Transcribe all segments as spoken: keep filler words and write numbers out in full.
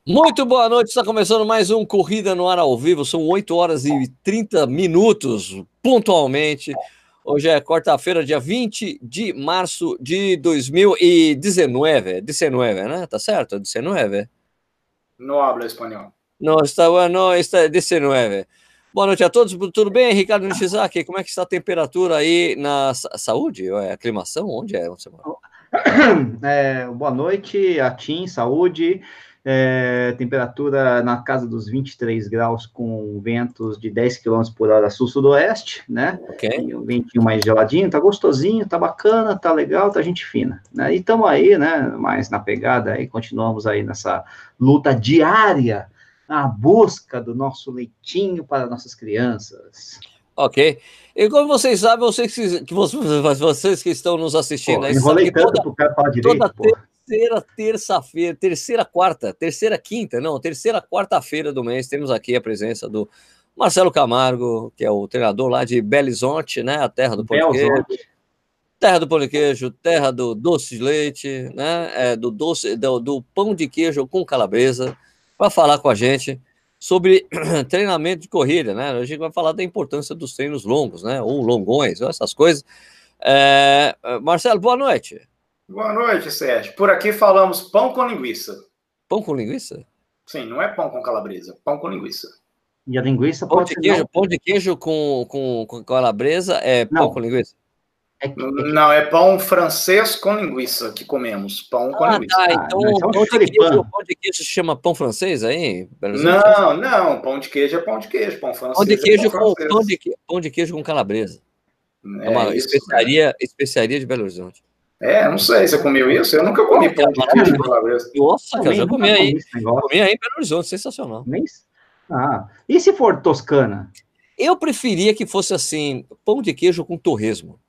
Muito boa noite, está começando mais um Corrida no Ar ao vivo, são oito horas e trinta minutos, pontualmente. Hoje é quarta-feira, dia vinte de março de dois mil e dezenove, dezenove, né? Tá certo? dezenove? Não habla espanhol. Não, está, não, está dezenove. Boa noite a todos, tudo bem? Ricardo Nishizaki, como é que está a temperatura aí na saúde? É aclimação? Onde é? Onde você mora? É, boa noite, Atim, saúde, é, temperatura na casa dos vinte e três graus com ventos de dez quilômetros por hora sul-sudoeste, né? Ok. E um ventinho mais geladinho, tá gostosinho, tá bacana, tá legal, tá gente fina, né? E estamos aí, né, mais na pegada aí, continuamos aí nessa luta diária, na busca do nosso leitinho para nossas crianças. Ok. E como vocês sabem, vocês que, vocês, vocês que estão nos assistindo Pô, aí, enrolei sabe que tanto toda, pro cara falar direito, toda pô. terceira terça-feira, terceira quarta, terceira quinta, não, terceira quarta-feira do mês, temos aqui a presença do Marcelo Camargo, que é o treinador lá de Belo Horizonte, né, a terra do pão de queijo, terra do pão de queijo, terra do doce de leite, né, é, do doce, do, do pão de queijo com calabresa, para falar com a gente sobre treinamento de corrida, né? A gente vai falar da importância dos treinos longos, né? Ou longões, ou essas coisas. É... Marcelo, boa noite. Boa noite, Sérgio. Por aqui falamos pão com linguiça. Pão com linguiça? Sim, não é pão com calabresa, pão com linguiça. E a linguiça pão pode de ser queijo, não... Pão de queijo com, com, com calabresa é pão não. com linguiça? É que, é que... Não, é pão francês com linguiça que comemos, pão com ah, linguiça. Tá, então ah, não, pão, de queijo, pão de queijo se chama pão francês aí? Não, não, pão de queijo é pão de queijo, pão francês pão de queijo é pão com francês. Pão de, pão de queijo com calabresa. É, é uma isso, especiaria, especiaria de Belo Horizonte. É, não sei, você comeu isso? Eu nunca comi pão de queijo com calabresa. Nossa, cara, já comi aí. Comi aí em Belo Horizonte, sensacional. Nem... Ah, e se for Toscana? Eu preferia que fosse assim, pão de queijo com torresmo.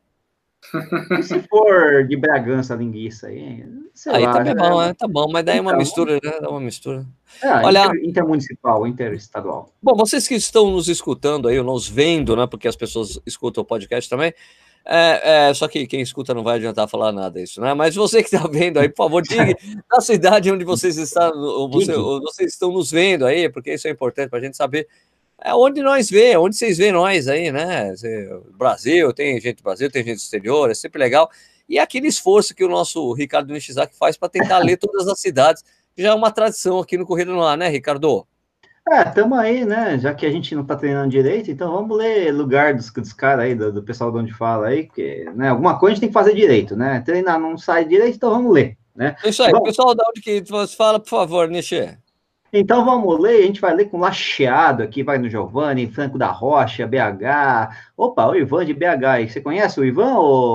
E se for de Bragança linguiça aí? Sei aí lá, também é bom, é... é, tá bom, mas daí é uma então, mistura, né? Dá uma mistura. É, Olha, inter, intermunicipal, interestadual. Bom, vocês que estão nos escutando aí, ou nos vendo, né? Porque as pessoas escutam o podcast também. É, é, só que quem escuta não vai adiantar falar nada isso, né? Mas você que está vendo aí, por favor, diga na cidade onde vocês estão, ou você, ou vocês estão nos vendo aí, porque isso é importante para a gente saber é onde nós vê, onde vocês vê nós aí, né? Brasil, tem gente do Brasil, tem gente do exterior, é sempre legal. E aquele esforço que o nosso Ricardo Nishizaki faz para tentar ler todas as cidades, que já é uma tradição aqui no Corrida no Ar, né, Ricardo? É, estamos aí, né? Já que a gente não está treinando direito, então vamos ler lugar dos, dos caras aí, do, do pessoal de onde fala aí, porque né, alguma coisa a gente tem que fazer direito, né? Treinar não sai direito, então vamos ler, né? Isso aí, Bom, pessoal, da onde que você fala, por favor, Nishi. Então vamos ler, a gente vai ler com lacheado aqui, vai no Giovanni, Franco da Rocha, B H. Opa, o Ivan de B H. Você conhece o Ivan,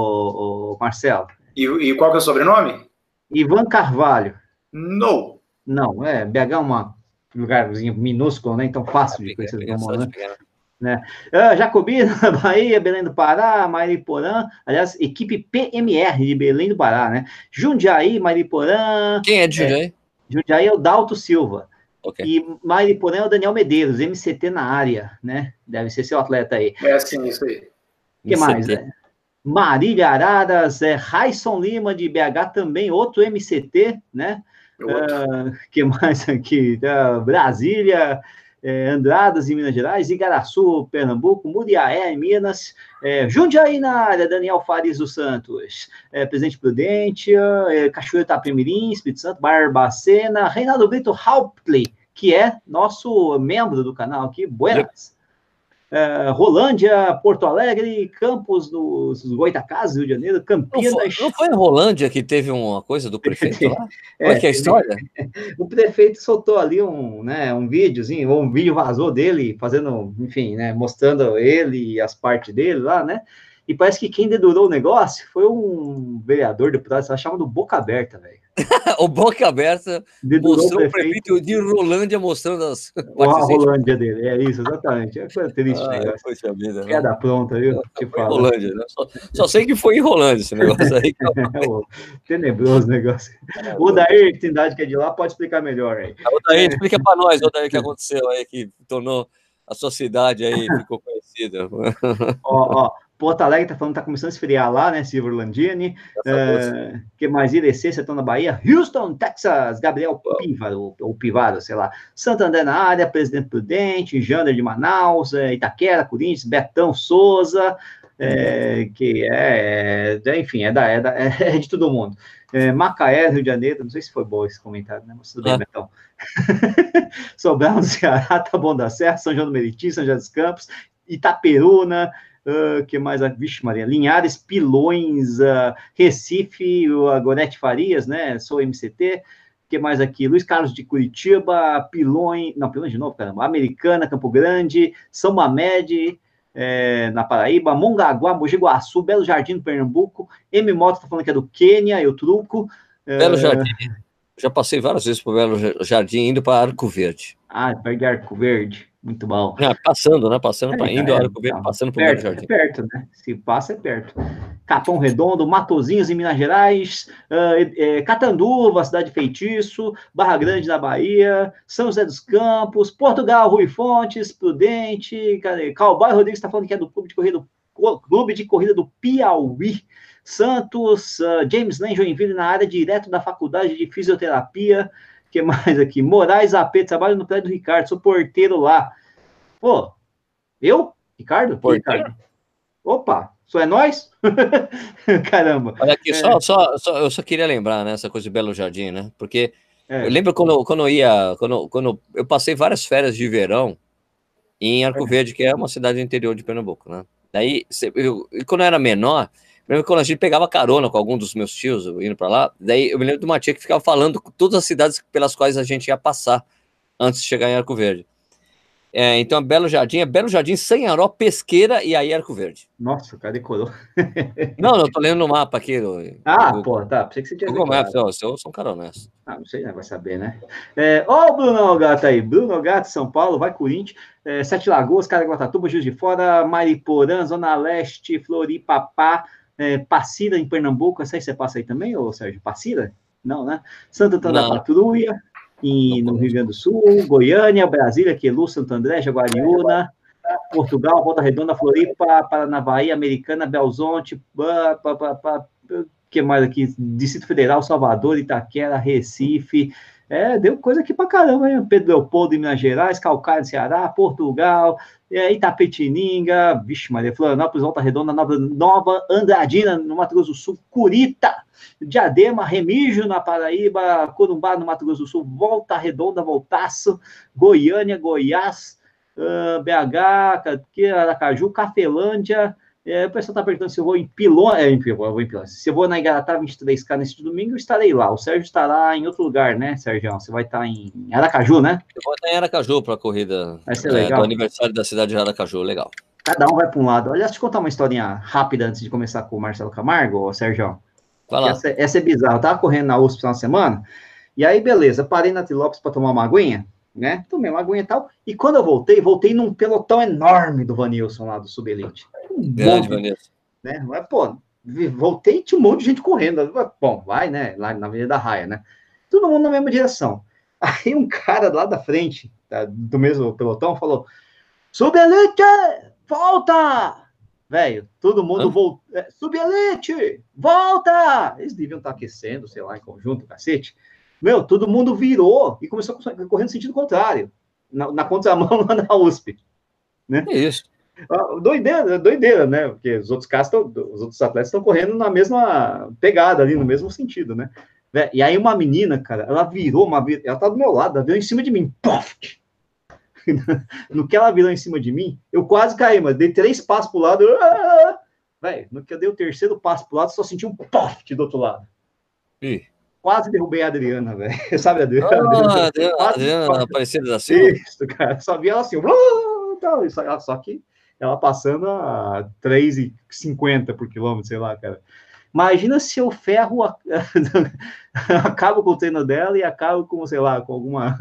ou, ou Marcelo? E, e qual que é o sobrenome? Ivan Carvalho. Não. Não, é, B H é uma lugarzinho minúsculo, né? Então fácil de conhecer. Né? Né? Uh, Jacobina, Bahia, Belém do Pará, Mariporã, aliás, equipe P M R de Belém do Pará, né? Jundiaí, Mariporã. Quem é de Jundiaí? É, Jundiaí é o Dalto Silva. Okay. E Mariporã é o Daniel Medeiros, M C T na área, né? Deve ser seu atleta aí. É sim, isso aí. O que mais, né? Marília Araras, é, Raisson Lima de B H também, outro M C T, né? O uh, que mais aqui? Uh, Brasília, é, Andradas em Minas Gerais, Igaraçu, Pernambuco, Muriaé em Minas, é, Jundiaí na área, Daniel Fares dos Santos, é, Presidente Prudente, é, Cachoeiro Itapemirim, Espírito Santo, Barbacena, Reinaldo Brito Hauptley, que é nosso membro do canal aqui, Buenas. Uh, Rolândia, Porto Alegre, Campos dos Goitacazes, Rio de Janeiro, Campinas... Não foi, não foi em Rolândia que teve uma coisa do prefeito lá? É, Qual é que é a história? O prefeito soltou ali um, né, um videozinho, ou um vídeo vazou dele, fazendo, enfim, né, mostrando ele e as partes dele lá, né? E parece que quem dedurou o negócio foi um vereador, deputado, você chamado Boca Aberta, velho. O Boca Aberta dedurou mostrou o prefeito. o prefeito de Rolândia mostrando as a Rolândia dele, é isso, exatamente. É coisa triste, ah, negócio. Poxa vida, queda né? Pronta, viu? Te foi falo. Rolândia, né? Só, só sei que foi em Rolândia esse negócio aí. É o tenebroso negócio. É, o Dair Trindade, que é de lá, pode explicar melhor aí. O Dair, explica para nós, o Dair, o que aconteceu aí, que tornou a sua cidade aí, ficou conhecida. Ó, ó. Porto Alegre tá falando que tá começando a esfriar lá, né? Silvio Landini. Uh, que mais? Irecê, Sertão da Bahia. Houston, Texas. Gabriel Pívaro, ou Pivaro, sei lá. Santander na área. Presidente Prudente. Jander de Manaus. Itaquera, Corinthians. Betão Souza. É, que é, é, enfim, é, da, é, da, é de todo mundo. É, Macaé, Rio de Janeiro, não sei se foi bom esse comentário, né? Mas tudo bem, Betão. Sobral no Ceará, Taboão da Serra, São João do Meriti, São José dos Campos, Itaperuna, uh, que mais? Vixe, Maria, Linhares, Pilões, uh, Recife, a Gorete Farias, né? Sou M C T. Que mais aqui? Luiz Carlos de Curitiba, Pilões, não, Pilões de novo, caramba, Americana, Campo Grande, São Mamed, é, na Paraíba, Mongaguá, Mogi Guaçu, Belo Jardim, do Pernambuco, M. Mota tá falando que é do Quênia, eu truco. Belo é... Jardim. Já passei várias vezes por Belo Jardim, indo para Arco Verde. Ah, perto de Arco Verde, muito bom. Ah, passando, né? Passando para indo é, Arco Verde, então, passando por perto, Belo Jardim. É perto, né? Se passa, é perto. Capão Redondo, Matozinhos, em Minas Gerais, uh, é, Catanduva, Cidade Feitiço, Barra Grande, na Bahia, São José dos Campos, Portugal, Rui Fontes, Prudente, Cowboy Rodrigues está falando que é do Clube de Corrida, Clube de Corrida do Piauí, Santos, uh, James Lane, Joinville, na área, direto da Faculdade de Fisioterapia. O que mais aqui? Moraes A P, trabalho no prédio do Ricardo, sou porteiro lá. Pô, eu? Ricardo? Porteiro? Ricardo? Opa, só é nós? Caramba. Olha aqui, é... só, só, só, eu só queria lembrar, né, essa coisa de Belo Jardim, né? Porque é. eu lembro quando, quando eu ia, quando, quando eu passei várias férias de verão em Arco é. Verde, que é uma cidade do interior de Pernambuco, né? Daí, eu, quando eu era menor, eu lembro quando a gente pegava carona com algum dos meus tios indo para lá, daí eu me lembro de uma tia que ficava falando todas as cidades pelas quais a gente ia passar antes de chegar em Arco Verde. É, então, Belo Jardim é Belo Jardim, Sanharó, Pesqueira e aí Arco Verde. Nossa, o cara decorou. Não, não, tô lendo no mapa aqui. No, ah, no pô, tá. Pensei que você tinha Google Maps, ó, eu sou um cara honesto. Ah, não sei, né? Vai saber, né? É, ó, o Bruno Algato aí. Bruno Algato, São Paulo, vai Corinthians. É, Sete Lagoas, Caraguatatuba, Juiz de Fora, Mariporã, Zona Leste, Floripapá, é, Passira, em Pernambuco. Essa aí você passa aí também, ô Sérgio? Passira? Não, né? Santo Antônio da Patrulha. E no Rio Grande do Sul, Goiânia, Brasília, Quelu, Santo André, Jaguariúna, Portugal, Volta Redonda, Floripa, Paranavaí, Americana, Belzonte, pá, pá, pá, pá, que mais aqui? Distrito Federal, Salvador, Itaquera, Recife, é, deu coisa aqui pra caramba, hein? Pedro Leopoldo, em Minas Gerais, Calcaia, no Ceará, Portugal, é, Itapetininga, vixe, Maria, Florianópolis, Volta Redonda, Nova, Nova Andradina, no Mato Grosso do Sul, Curita, Diadema, Remígio, na Paraíba, Corumbá, no Mato Grosso do Sul, Volta Redonda, Voltaço, Goiânia, Goiás, uh, B H, Aracaju, Cafelândia. É, o pessoal está perguntando se eu vou em Pilões, é, eu vou em Pilões. Se eu vou na Igaratá vinte e três K nesse domingo, eu estarei lá. O Sérgio estará em outro lugar, né, Sérgio? Você vai estar em Aracaju, né? Eu vou estar em Aracaju para a corrida vai ser é, legal. do aniversário da cidade de Aracaju, legal. Cada um vai para um lado. Olha, deixa eu te contar uma historinha rápida antes de começar com o Marcelo Camargo, ô, Sérgio. Vai lá. Essa, essa é bizarra. Eu tava correndo na U S P na semana, e aí, beleza, parei na Tilópolis para tomar uma aguinha, né? Tomei uma aguinha e tal, e quando eu voltei, voltei num pelotão enorme do Vanilson lá, do Subelite. Um Grande Vanilson. Né? Mas, pô, voltei e tinha um monte de gente correndo. Bom, vai, né? Lá na Avenida da Raia, né? Todo mundo na mesma direção. Aí um cara lá da frente, tá, do mesmo pelotão, falou: Subelite, volta! Velho, todo mundo voltou. Subelite, volta! Eles deviam estar aquecendo, sei lá, em conjunto, cacete. Meu, todo mundo virou e começou a correr no sentido contrário, na, na contramão lá na U S P. Né? É isso. Doideira, doideira, né? Porque os outros caras tão, os outros atletas estão correndo na mesma pegada ali, no mesmo sentido, né? E aí uma menina, cara, ela virou, uma, ela tá do meu lado, ela virou em cima de mim. Pof! No que ela virou em cima de mim, eu quase caí, mas dei três passos pro lado. Velho, no que eu dei o terceiro passo pro lado, só senti um pof do outro lado. Ih. Quase derrubei a Adriana, velho. Sabe a Adriana? Ah, Adriana, quase, Adriana Aparecida assim? Isso, cara. Só vi ela assim. Tal, só que ela passando a três e cinquenta por quilômetro, sei lá, cara. Imagina se eu ferro, a... acabo com o treino dela e acabo com, sei lá, com alguma...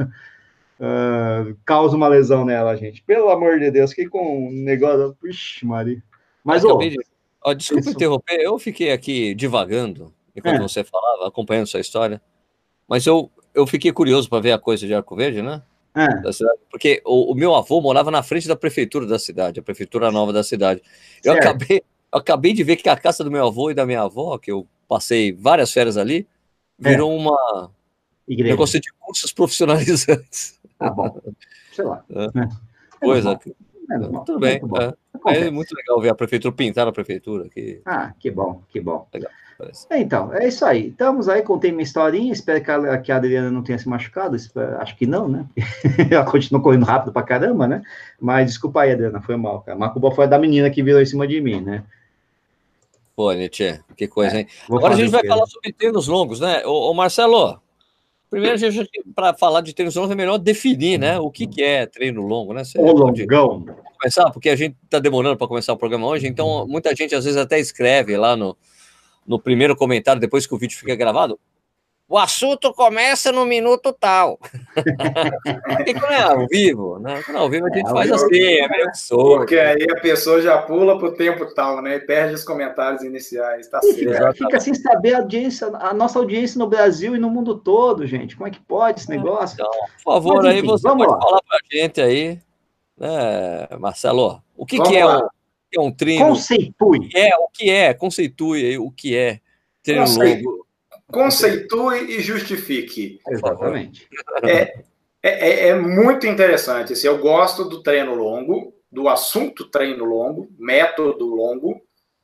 Uh, causa uma lesão nela, gente. Pelo amor de Deus, fiquei com um negócio... Ixi, Maria. Mas, ô... De... oh, desculpa isso... interromper, eu fiquei aqui divagando, enquanto é. você falava, acompanhando sua história, mas eu, eu fiquei curioso para ver a coisa de Arco Verde, né? É. Da cidade, porque o, o meu avô morava na frente da prefeitura da cidade, a prefeitura nova da cidade. Eu certo. acabei eu acabei de ver que a casa do meu avô e da minha avó, que eu passei várias férias ali, virou é. uma Igreja. negócio de cursos profissionalizantes. Ah, bom. Sei lá. É. Coisa. É, tudo bem. É. É muito legal ver a prefeitura pintar na prefeitura. Que... Ah, que bom, que bom. Legal, parece. Então, é isso aí. Estamos aí, contei minha historinha. Espero que a, que a Adriana não tenha se machucado. Espero, acho que não, né? Ela continua correndo rápido pra caramba, né? Mas desculpa aí, Adriana, foi mal, cara. Mas a culpa foi da menina que virou em cima de mim, né? Pô, Nietzsche, que coisa, é, hein? Agora a gente vai que... falar sobre treinos longos, né? Ô, ô Marcelo, primeiro, para falar de treinos longos, é melhor definir, né? O que, que é treino longo, né? Você o longão. Começar, porque a gente está demorando para começar o programa hoje, então muita gente às vezes até escreve lá no, no primeiro comentário, depois que o vídeo fica gravado, o assunto começa no minuto tal. Porque quando é ao vivo, né? Quando é ao vivo a gente é, faz assim, é meio que solto. Porque aí a pessoa já pula pro tempo tal, né? E perde os comentários iniciais, tá certo. Fica, fica sem saber a audiência, a nossa audiência no Brasil e no mundo todo, gente. Como é que pode esse negócio? Então, por favor, Mas, enfim, aí você pode lá. falar pra gente aí, né, Marcelo? O que, que é, um, que é um treino? Conceitue. O que é, o que é? Conceitue aí o que é treino Conceitue. longo. Conceitue e justifique. Exatamente. É, é, é muito interessante. Assim, eu gosto do treino longo, do assunto treino longo, método longo,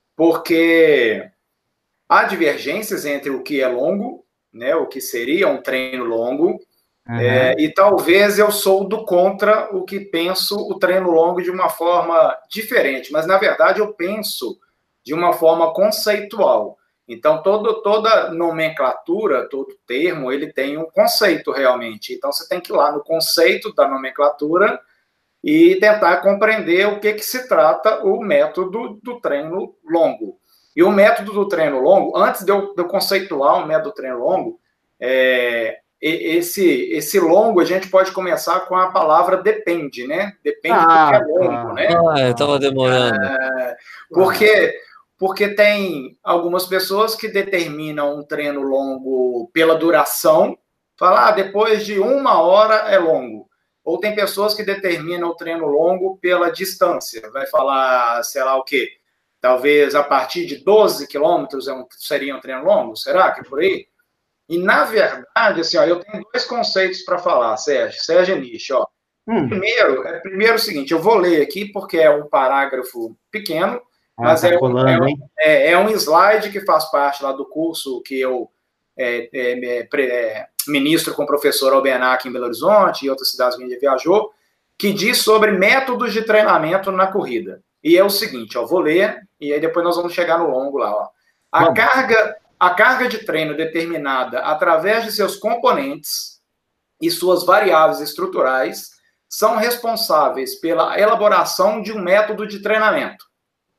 porque há divergências entre o que é longo, né, o que seria um treino longo, uhum. é, e talvez eu sou do contra o que penso o treino longo de uma forma diferente, mas na verdade eu penso de uma forma conceitual. Então, todo, toda nomenclatura, todo termo, ele tem um conceito realmente. Então, você tem que ir lá no conceito da nomenclatura e tentar compreender o que, que se trata o método do treino longo. E o método do treino longo, antes de eu, de eu conceituar o método do treino longo, é, esse, esse longo a gente pode começar com a palavra depende, né? Depende ah, do que é longo, ah, né? Ah, eu estava demorando. É, porque... Porque tem algumas pessoas que determinam um treino longo pela duração, falar, ah, depois de uma hora é longo. Ou tem pessoas que determinam o treino longo pela distância, vai falar, sei lá o quê, talvez a partir de doze quilômetros é um, seria um treino longo, será que é por aí? E, na verdade, assim, ó, eu tenho dois conceitos para falar, Sérgio, Sérgio e Nish, ó. Hum. Primeiro, é, primeiro o seguinte, eu vou ler aqui porque é um parágrafo pequeno, mas ah, tá é, um, colando, é, é um slide que faz parte lá do curso que eu é, é, é, ministro com o professor Albenac em Belo Horizonte e outras cidades que a gente viajou, que diz sobre métodos de treinamento na corrida. E é o seguinte, ó, vou ler e aí depois nós vamos chegar no longo lá. Ó. A, vamos. carga, a carga de treino determinada através de seus componentes e suas variáveis estruturais são responsáveis pela elaboração de um método de treinamento.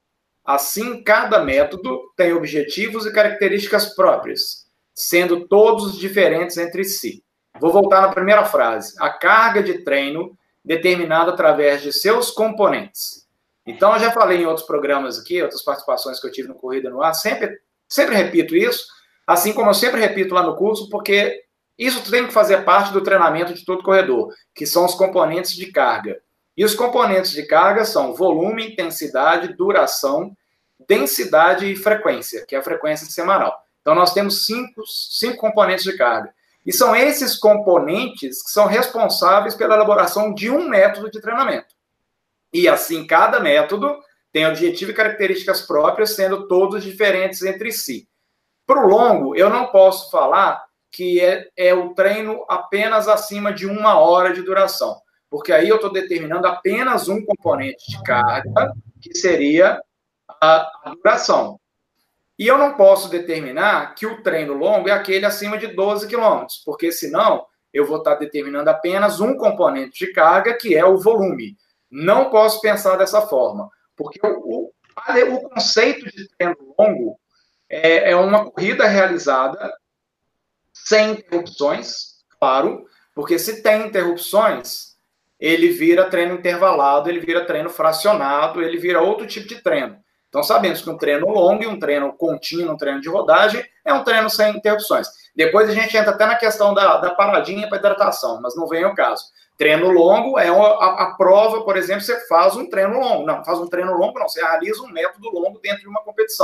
Assim, cada método tem objetivos e características próprias, sendo todos diferentes entre si. Vou voltar na primeira frase. A carga de treino determinada através de seus componentes. Então, eu já falei em outros programas aqui, outras participações que eu tive no Corrida no Ar, sempre, sempre repito isso, assim como eu sempre repito lá no curso, porque isso tem que fazer parte do treinamento de todo corredor, que são os componentes de carga. E os componentes de carga são volume, intensidade, duração, densidade e frequência, que é a frequência semanal. Então, nós temos cinco, cinco componentes de carga. E são esses componentes que são responsáveis pela elaboração de um método de treinamento. E assim, cada método tem objetivo e características próprias, sendo todos diferentes entre si. Para o longo, eu não posso falar que é, é o treino apenas acima de uma hora de duração, porque aí eu estou determinando apenas um componente de carga, que seria a, a duração. E eu não posso determinar que o treino longo é aquele acima de doze quilômetros, porque senão eu vou estar determinando apenas um componente de carga, que é o volume. Não posso pensar dessa forma, porque o, o, o conceito de treino longo é, é uma corrida realizada sem interrupções, claro, porque se tem interrupções, ele vira treino intervalado, ele vira treino fracionado, ele vira outro tipo de treino. Então, sabemos que um treino longo e um treino contínuo, um treino de rodagem, é um treino sem interrupções. Depois a gente entra até na questão da, da paradinha para hidratação, mas não vem ao caso. Treino longo é uma, a, a prova, por exemplo, você faz um treino longo. Não, faz um treino longo, não. Você realiza um método longo dentro de uma competição.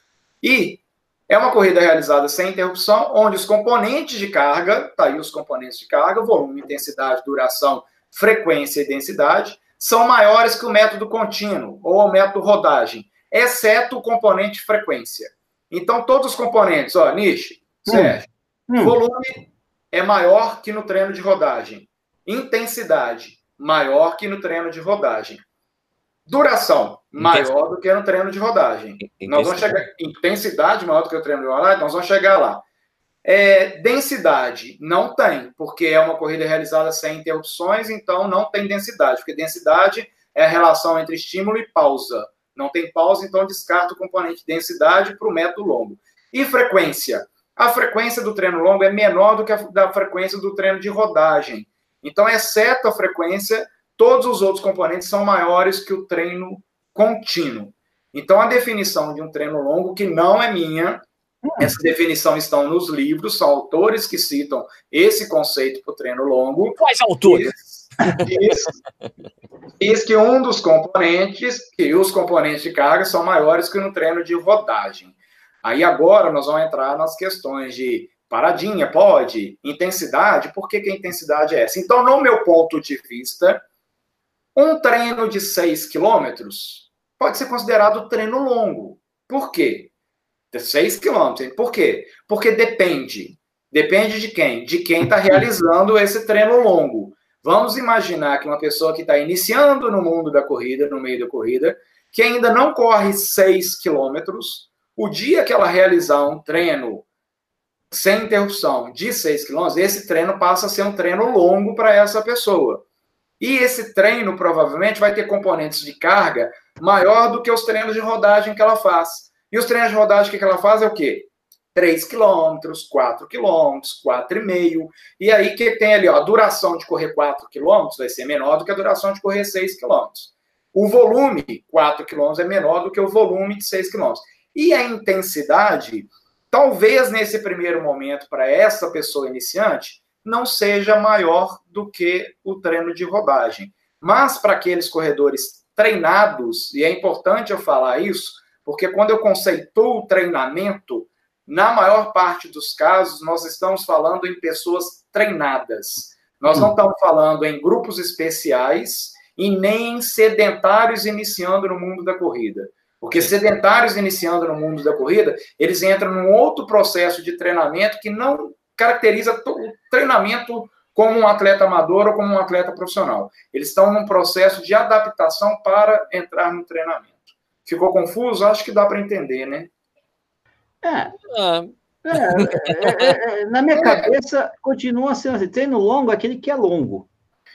E é uma corrida realizada sem interrupção, onde os componentes de carga, tá aí os componentes de carga, volume, intensidade, duração, frequência e densidade, são maiores que o método contínuo, ou o método rodagem, exceto o componente frequência. Então, todos os componentes, ó, Nishi, Sérgio, hum. volume é maior que no treino de rodagem. Intensidade, maior que no treino de rodagem. Duração, maior do que no treino de rodagem. Nós vamos chegar, intensidade, maior do que o treino de rodagem, nós vamos chegar lá. É, densidade, não tem, porque é uma corrida realizada sem interrupções, então não tem densidade, porque densidade é a relação entre estímulo e pausa. Não tem pausa, então descarta o componente densidade para o método longo. E frequência? A frequência do treino longo é menor do que a da frequência do treino de rodagem. Então, exceto a frequência, todos os outros componentes são maiores que o treino contínuo. Então, a definição de um treino longo, que não é minha, essa definição está nos livros, são autores que citam esse conceito para o treino longo. Quais autores? Diz, diz que um dos componentes, que os componentes de carga são maiores que no treino de rodagem. Aí agora nós vamos entrar nas questões de paradinha, pode, intensidade, por que, que a intensidade é essa? Então, no meu ponto de vista, um treino de seis quilômetros pode ser considerado treino longo. Por quê? seis quilômetros. Por quê? Porque depende. Depende de quem? De quem está realizando esse treino longo. Vamos imaginar que uma pessoa que está iniciando no mundo da corrida, no meio da corrida, que ainda não corre seis quilômetros, o dia que ela realizar um treino sem interrupção de seis quilômetros, esse treino passa a ser um treino longo para essa pessoa. E esse treino provavelmente vai ter componentes de carga maior do que os treinos de rodagem que ela faz. E os treinos de rodagem que ela faz é o quê? três quilômetros, quatro quilômetros, quatro vírgula cinco. E aí que tem ali, ó, a duração de correr quatro quilômetros vai ser menor do que a duração de correr seis quilômetros. O volume, quatro quilômetros, é menor do que o volume de seis quilômetros. E a intensidade, talvez nesse primeiro momento, para essa pessoa iniciante, não seja maior do que o treino de rodagem. Mas para aqueles corredores treinados, e é importante eu falar isso, porque quando eu conceituo o treinamento, na maior parte dos casos, nós estamos falando em pessoas treinadas. Nós não estamos falando em grupos especiais e nem em sedentários iniciando no mundo da corrida. Porque sedentários iniciando no mundo da corrida, eles entram num outro processo de treinamento que não caracteriza o treinamento como um atleta amador ou como um atleta profissional. Eles estão num processo de adaptação para entrar no treinamento. Ficou confuso? Acho que dá para entender, né? É. Ah. É, é, é, na minha cabeça, continua sendo assim, treino longo é aquele que é longo.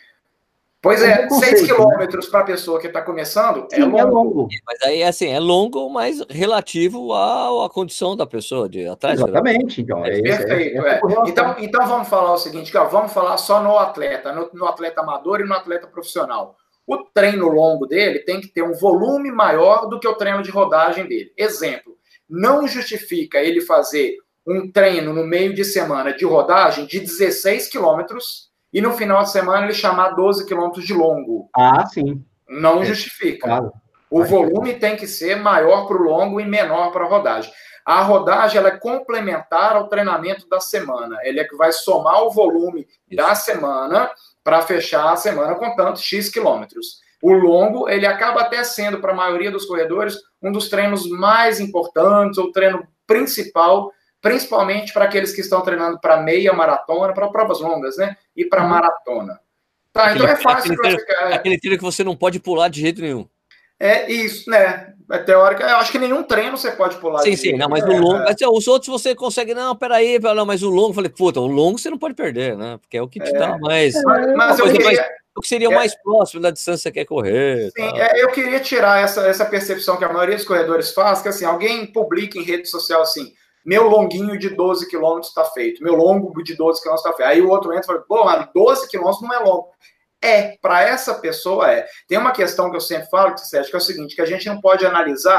Pois é, seis quilômetros para a pessoa que está começando é, Sim, longo. é longo. Mas aí, assim, é longo, mas relativo à, à condição da pessoa, de atleta. Exatamente. Então, é, é perfeito. É, é. Então, então, vamos falar o seguinte, ó, vamos falar só no atleta, no, no atleta amador e no atleta profissional. O treino longo dele tem que ter um volume maior do que o treino de rodagem dele. Exemplo, não justifica ele fazer um treino no meio de semana de rodagem de dezesseis quilômetros e no final de semana ele chamar doze quilômetros de longo. Ah, sim. Não é. justifica. Claro. O volume tem que ser maior para o longo e menor para a rodagem. A rodagem ela é complementar ao treinamento da semana. Ele é que vai somar o volume Isso. da semana para fechar a semana com tantos X quilômetros. O longo, ele acaba até sendo, para a maioria dos corredores, um dos treinos mais importantes, ou treino principal, principalmente para aqueles que estão treinando para meia maratona, para provas longas, né? E para maratona. Tá, aquele, então é fácil aquele, ficar... aquele treino que você não pode pular de jeito nenhum. É isso, né? É teórica. Eu acho que nenhum treino você pode pular. Sim, sim, não, mas o longo. É. Os outros você consegue, não, peraí, não, mas o longo, eu falei, puta, o longo você não pode perder, né? Porque é o que te é. dá mais. Mas, mas eu queria... mais, o que seria o é. mais próximo da distância que você quer correr. Sim, é, eu queria tirar essa, essa percepção que a maioria dos corredores faz, que assim, alguém publica em rede social assim, meu longuinho de doze quilômetros está feito, meu longo de doze quilômetros está feito. Aí o outro entra e fala, pô, mas doze quilômetros não é longo. É, para essa pessoa é. Tem uma questão que eu sempre falo, Sérgio, que é o seguinte, que a gente não pode analisar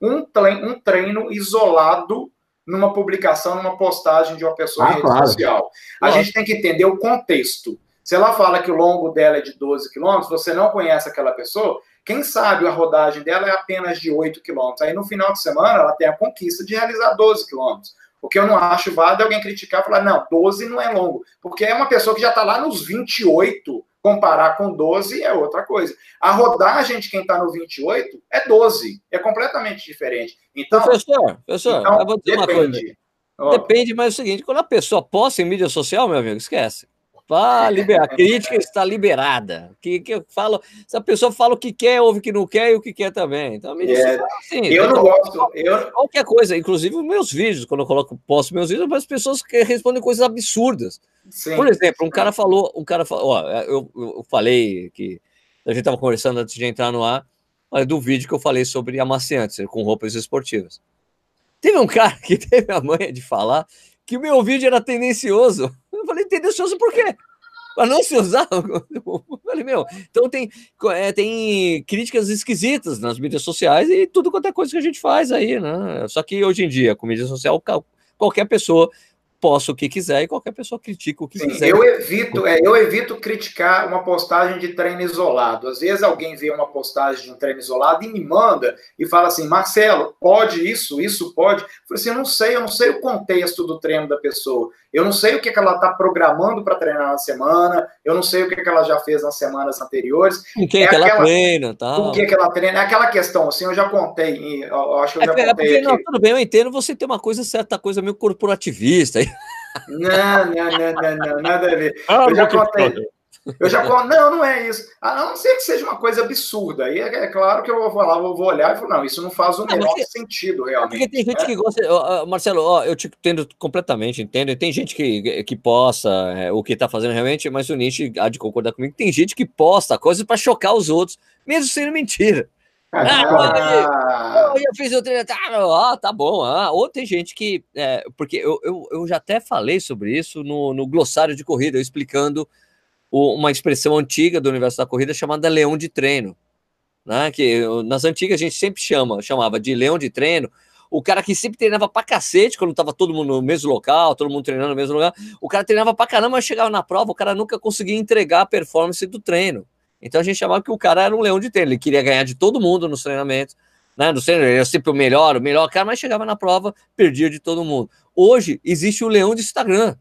um treino, um treino isolado numa publicação, numa postagem de uma pessoa Ah, em rede claro. social. A Claro. gente tem que entender o contexto. Se ela fala que o longo dela é de doze quilômetros, você não conhece aquela pessoa, quem sabe a rodagem dela é apenas de oito quilômetros. Aí no final de semana ela tem a conquista de realizar doze quilômetros. O que eu não acho válido é alguém criticar e falar, não, doze não é longo. Porque é uma pessoa que já está lá nos vinte e oito, comparar com doze é outra coisa. A rodagem de quem está no vinte e oito é doze. É completamente diferente. Então, Professor, professor, então eu vou dizer uma coisa. depende. Ó, Depende, mas é o seguinte, quando a pessoa posta em mídia social, meu amigo, esquece. Ah, libera, a crítica está liberada. Que, que eu falo, se a pessoa fala o que quer, ouve o que não quer e o que quer também. Então, a mídia É, social, assim, eu não gosto. Eu, qualquer coisa, inclusive os meus vídeos, quando eu coloco, posto meus vídeos, as pessoas que respondem coisas absurdas. sim, Por exemplo, um cara falou, um cara falou, ó, eu, eu falei que a gente estava conversando antes de entrar no ar, olha, do vídeo que eu falei sobre amaciantes com roupas esportivas. Teve um cara que teve a manha de falar que o meu vídeo era tendencioso. Eu falei, tendencioso por quê? Para não se usar? Eu falei, meu, então tem, é, tem críticas esquisitas nas mídias sociais e tudo quanto é coisa que a gente faz aí, né? Só que hoje em dia, com mídia social, qualquer pessoa posta o que quiser e qualquer pessoa critica o que sim, quiser. eu evito, é, eu evito criticar uma postagem de treino isolado. Às vezes alguém vê uma postagem de um treino isolado e me manda e fala assim, Marcelo, pode isso, isso pode? Eu falei assim, eu não sei, eu não sei o contexto do treino da pessoa. Eu não sei o que, que ela está programando para treinar na semana, eu não sei o que, que ela já fez nas semanas anteriores. Com quem é que ela aquela, treina, tal. Com quem que ela treina, é aquela questão, assim, eu já contei, eu acho que eu já é, contei é porque, aqui. não, tudo bem, eu entendo você ter uma coisa certa, coisa meio corporativista. Não, não, não, não, não, nada a ver. Eu já contei. Eu já conto, não, não é isso. A não ser que seja uma coisa absurda. Aí é, é claro que eu vou falar, eu vou olhar e falar, não, isso não faz o menor porque, sentido, realmente. Porque tem gente né? que gosta. Ó, Marcelo, ó, eu te entendo completamente, entendo. E tem gente que, que posta é, o que tá fazendo realmente, mas o Nietzsche há de concordar comigo. Tem gente que posta coisas para chocar os outros, mesmo sendo mentira. Ah, eu já fiz o treino, tá, ah, tá bom. Ah. Ou tem gente que. É, porque eu, eu, eu já até falei sobre isso no, no glossário de corrida, eu explicando o, uma expressão antiga do universo da corrida chamada leão de treino. Né? Que nas antigas a gente sempre chama, chamava de leão de treino. O cara que sempre treinava pra cacete, quando tava todo mundo no mesmo local, todo mundo treinando no mesmo lugar. O cara treinava pra caramba, mas chegava na prova, o cara nunca conseguia entregar a performance do treino. Então a gente chamava que o cara era um leão de treino, ele queria ganhar de todo mundo nos treinamentos, né? No treino, ele era sempre o melhor, o melhor cara, mas chegava na prova, perdia de todo mundo. Hoje existe o leão de Instagram,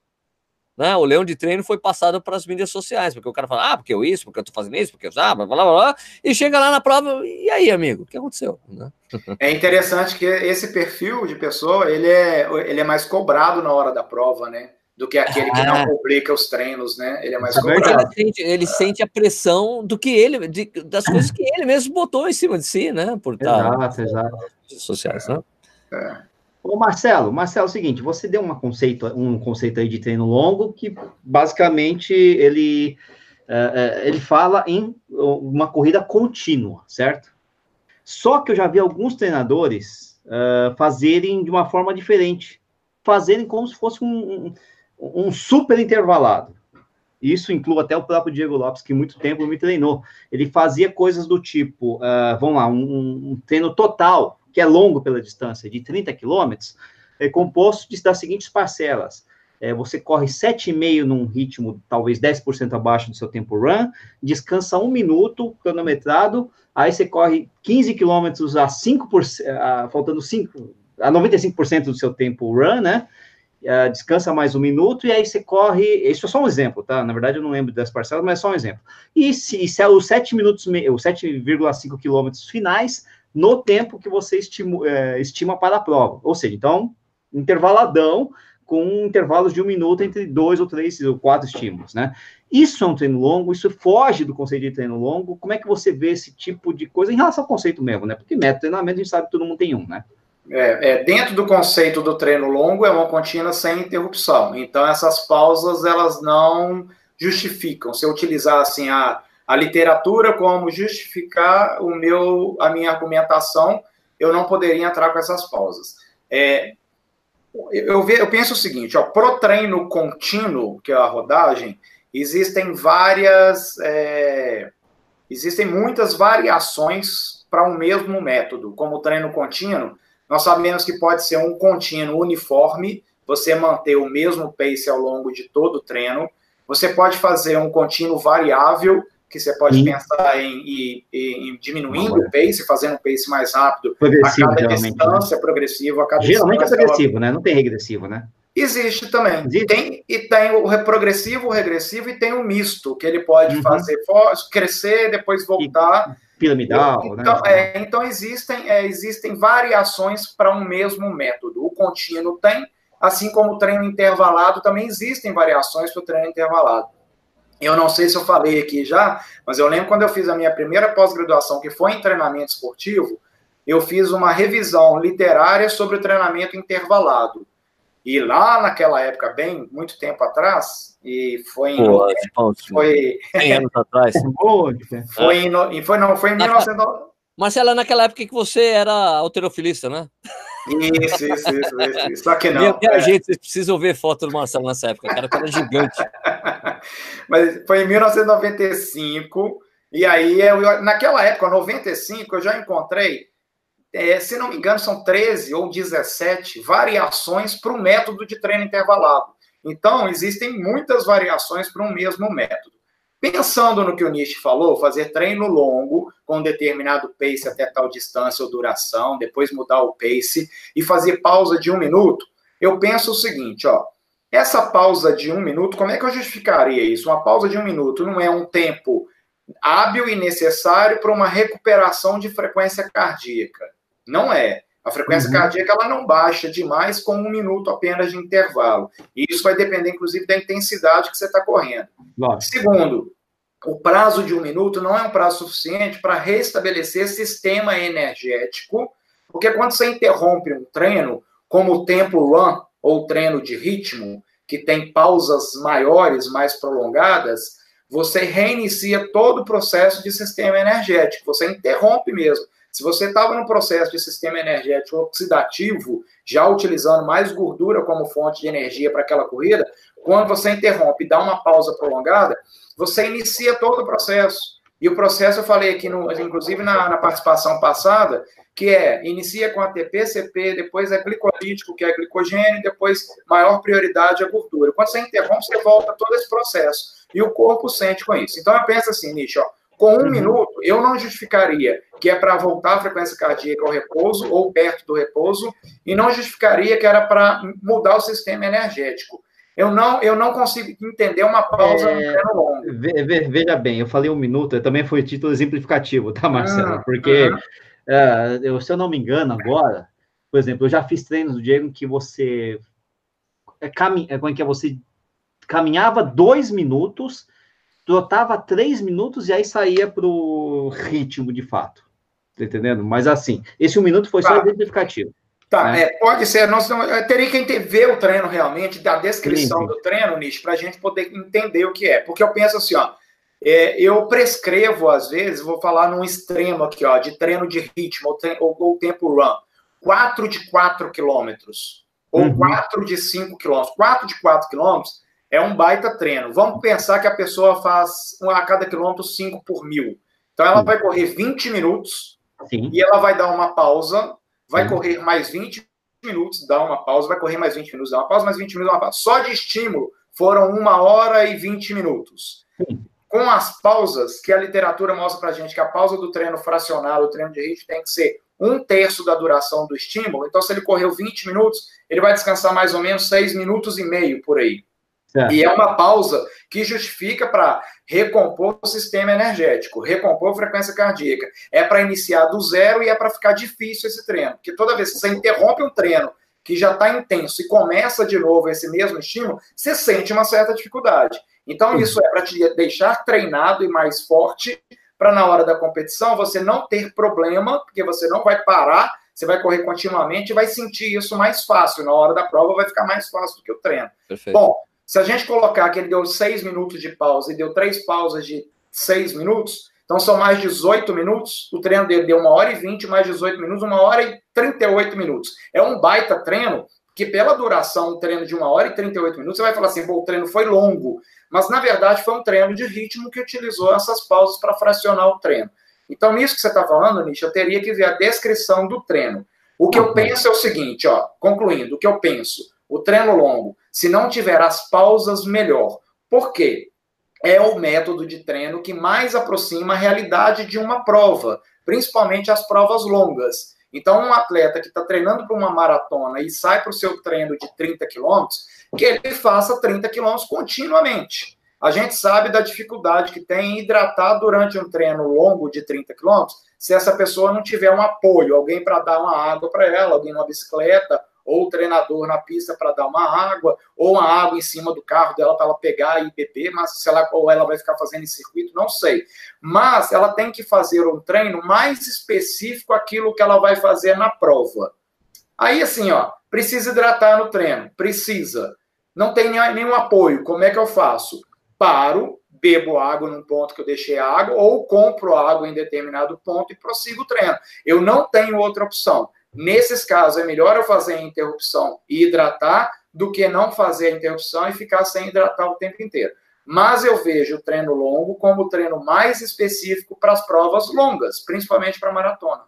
né? O leão de treino foi passado para as mídias sociais, porque o cara fala, ah, porque eu isso, porque eu tô fazendo isso, porque eu já, blá, blá, blá, blá, e chega lá na prova, e aí, amigo, o que aconteceu? Né? É interessante que esse perfil de pessoa, ele é, ele é mais cobrado na hora da prova, né? Do que aquele que não publica os treinos, né? Ele é mais cobrado. Ele sente, ele sente a pressão do que ele, de, das coisas que ele mesmo botou em cima de si, né? Por estar exato, exato. nas redes sociais, né? É. Ô Marcelo, Marcelo, é o seguinte, você deu uma conceito, um conceito aí de treino longo que basicamente ele, uh, ele fala em uma corrida contínua, certo? Só que eu já vi alguns treinadores uh, fazerem de uma forma diferente, fazerem como se fosse um, um, um super intervalado. Isso inclui até o próprio Diego Lopes, que muito tempo me treinou. Ele fazia coisas do tipo, uh, vamos lá, um, um treino total, que é longo pela distância, de trinta quilômetros, é composto de, das seguintes parcelas. É, você corre sete vírgula cinco num ritmo talvez dez por cento abaixo do seu tempo run, descansa um minuto cronometrado, aí você corre quinze quilômetros a cinco por cento, a, faltando cinco, a noventa e cinco por cento do seu tempo run, né? Uh, descansa mais um minuto, e aí você corre, isso é só um exemplo, tá? Na verdade eu não lembro das parcelas, mas é só um exemplo. E se, se é os sete minutos, os sete vírgula cinco quilômetros finais, no tempo que você estima, é, estima para a prova. Ou seja, então, intervaladão, com intervalos de um minuto entre dois ou três ou quatro estímulos, né? Isso é um treino longo, isso foge do conceito de treino longo. Como é que você vê esse tipo de coisa em relação ao conceito mesmo, né? Porque método de treinamento a gente sabe que todo mundo tem um, né? É, é, dentro do conceito do treino longo é uma contínua sem interrupção. Então, essas pausas, elas não justificam. Se eu utilizar, assim, a, a literatura como justificar o meu, a minha argumentação, eu não poderia entrar com essas pausas. É, eu, ve, eu penso o seguinte, ó, pro treino contínuo, que é a rodagem, existem várias, é, existem muitas variações para um mesmo método, como o treino contínuo. Nós sabemos que pode ser um contínuo uniforme, você manter o mesmo pace ao longo de todo o treino. Você pode fazer um contínuo variável, que você pode Sim. pensar em, em, em diminuindo o pace, fazendo um pace mais rápido progressivo, a cada distância, né? progressivo a cada Geralmente distância. é progressivo, né? Não tem regressivo, né? Existe também. Existe? Tem, e tem o progressivo, o regressivo, e tem o misto, que ele pode uhum. fazer crescer, depois voltar. E piramidal, então, né? É, então, existem, é, existem variações para um mesmo método. O contínuo tem, assim como o treino intervalado, também existem variações para o treino intervalado. Eu não sei se eu falei aqui já, mas eu lembro quando eu fiz a minha primeira pós-graduação, que foi em treinamento esportivo, eu fiz uma revisão literária sobre o treinamento intervalado. E lá naquela época, bem, muito tempo atrás, e foi em... Pô, foi cem anos atrás. Foi em... Foi, não, foi em mil e novecentos... Marcelo, naquela época que você era halterofilista, né? Isso, isso, isso, isso, isso. Só que não. Minha, minha é. gente, vocês precisam ver foto do Marcelo nessa época, cara, o cara era gigante. Mas foi em mil novecentos e noventa e cinco, e aí, eu, naquela época, noventa e cinco, eu já encontrei, é, se não me engano, são treze ou dezessete variações para o método de treino intervalado. Então, existem muitas variações para um mesmo método. Pensando no que o Nish falou, fazer treino longo, com um determinado pace até tal distância ou duração, depois mudar o pace e fazer pausa de um minuto, eu penso o seguinte, ó, essa pausa de um minuto, como é que eu justificaria isso? Uma pausa de um minuto não é um tempo hábil e necessário para uma recuperação de frequência cardíaca. Não é. A frequência uhum. cardíaca ela não baixa demais com um minuto apenas de intervalo. E isso vai depender, inclusive, da intensidade que você está correndo. Nossa. Segundo, o prazo de um minuto não é um prazo suficiente para restabelecer sistema energético, porque quando você interrompe um treino, como o tempo run, ou treino de ritmo, que tem pausas maiores, mais prolongadas, você reinicia todo o processo de sistema energético, você interrompe mesmo. Se você estava num processo de sistema energético oxidativo, já utilizando mais gordura como fonte de energia para aquela corrida, quando você interrompe e dá uma pausa prolongada, você inicia todo o processo. E o processo, eu falei aqui, no, inclusive na, na participação passada, que é, inicia com A T P, C P, depois é glicolítico, que é glicogênio, depois maior prioridade é gordura. Quando você interrompe, você volta todo esse processo. E o corpo sente com isso. Então, eu penso assim, Nish, ó, com um uhum. minuto, eu não justificaria que é para voltar a frequência cardíaca ao repouso ou perto do repouso, e não justificaria que era para mudar o sistema energético. Eu não, eu não consigo entender uma pausa é, no treino longo. Veja bem, eu falei um minuto, também foi título exemplificativo, tá, Marcelo? Porque, uhum. uh, eu, se eu não me engano agora, por exemplo, eu já fiz treinos do Diego que você, é, cami, é, como é que é, você caminhava dois minutos, trotava três minutos e aí saía para o ritmo de fato. Tá entendendo? Mas assim, esse um minuto foi tá. só exemplificativo. Tá, né? é, pode ser. Nós não, teria que ver o treino realmente, da descrição sim, sim. do treino, Nish, para a gente poder entender o que é. Porque eu penso assim, ó, é, eu prescrevo, às vezes, vou falar num extremo aqui, ó, de treino de ritmo ou, tre ou, ou tempo run, quatro de quatro quilômetros, ou uhum. quatro de cinco quilômetros. quatro de quatro quilômetros é um baita treino. Vamos pensar que a pessoa faz a cada quilômetro cinco por mil. Então, ela vai correr vinte minutos sim. e ela vai dar uma pausa, vai sim. correr mais vinte minutos, dá uma pausa, vai correr mais vinte minutos, dá uma pausa, mais vinte minutos, dá uma pausa. Só de estímulo foram uma hora e vinte minutos. Sim. Com as pausas, que a literatura mostra pra gente que a pausa do treino fracionado, o treino de ritmo, tem que ser um terço da duração do estímulo. Então, se ele correu vinte minutos, ele vai descansar mais ou menos seis minutos e meio por aí. É. E é uma pausa que justifica para recompor o sistema energético, recompor a frequência cardíaca. É para iniciar do zero e é para ficar difícil esse treino. Porque toda vez que você interrompe um treino que já está intenso e começa de novo esse mesmo estímulo, você sente uma certa dificuldade. Então, isso é para te deixar treinado e mais forte, para na hora da competição você não ter problema, porque você não vai parar, você vai correr continuamente e vai sentir isso mais fácil. Na hora da prova vai ficar mais fácil do que o treino. Perfeito. Bom, se a gente colocar que ele deu seis minutos de pausa e deu três pausas de seis minutos, então são mais dezoito minutos, o treino dele deu uma hora e vinte, mais dezoito minutos, uma hora e trinta e oito minutos. É um baita treino, que pela duração, um treino de uma hora e trinta e oito minutos, você vai falar assim, pô, o treino foi longo, mas na verdade foi um treino de ritmo que utilizou essas pausas para fracionar o treino. Então, nisso que você está falando, Nish, eu teria que ver a descrição do treino. O que eu penso é o seguinte, ó, concluindo, o que eu penso, o treino longo, se não tiver as pausas, melhor. Por quê? É o método de treino que mais aproxima a realidade de uma prova, principalmente as provas longas. Então, um atleta que está treinando para uma maratona e sai para o seu treino de trinta quilômetros, que ele faça trinta quilômetros continuamente. A gente sabe da dificuldade que tem em hidratar durante um treino longo de trinta quilômetros, se essa pessoa não tiver um apoio, alguém para dar uma água para ela, alguém numa bicicleta, ou o treinador na pista para dar uma água, ou uma água em cima do carro dela para ela pegar e beber, mas se ela, ou ela vai ficar fazendo em circuito, não sei. Mas ela tem que fazer um treino mais específico àquilo que ela vai fazer na prova. Aí, assim, ó, precisa hidratar no treino, precisa. Não tem nenhum apoio, como é que eu faço? Paro, bebo água num ponto que eu deixei a água, ou compro água em determinado ponto e prossigo o treino. Eu não tenho outra opção. Nesses casos, é melhor eu fazer a interrupção e hidratar do que não fazer a interrupção e ficar sem hidratar o tempo inteiro. Mas eu vejo o treino longo como o treino mais específico para as provas longas, principalmente para maratona.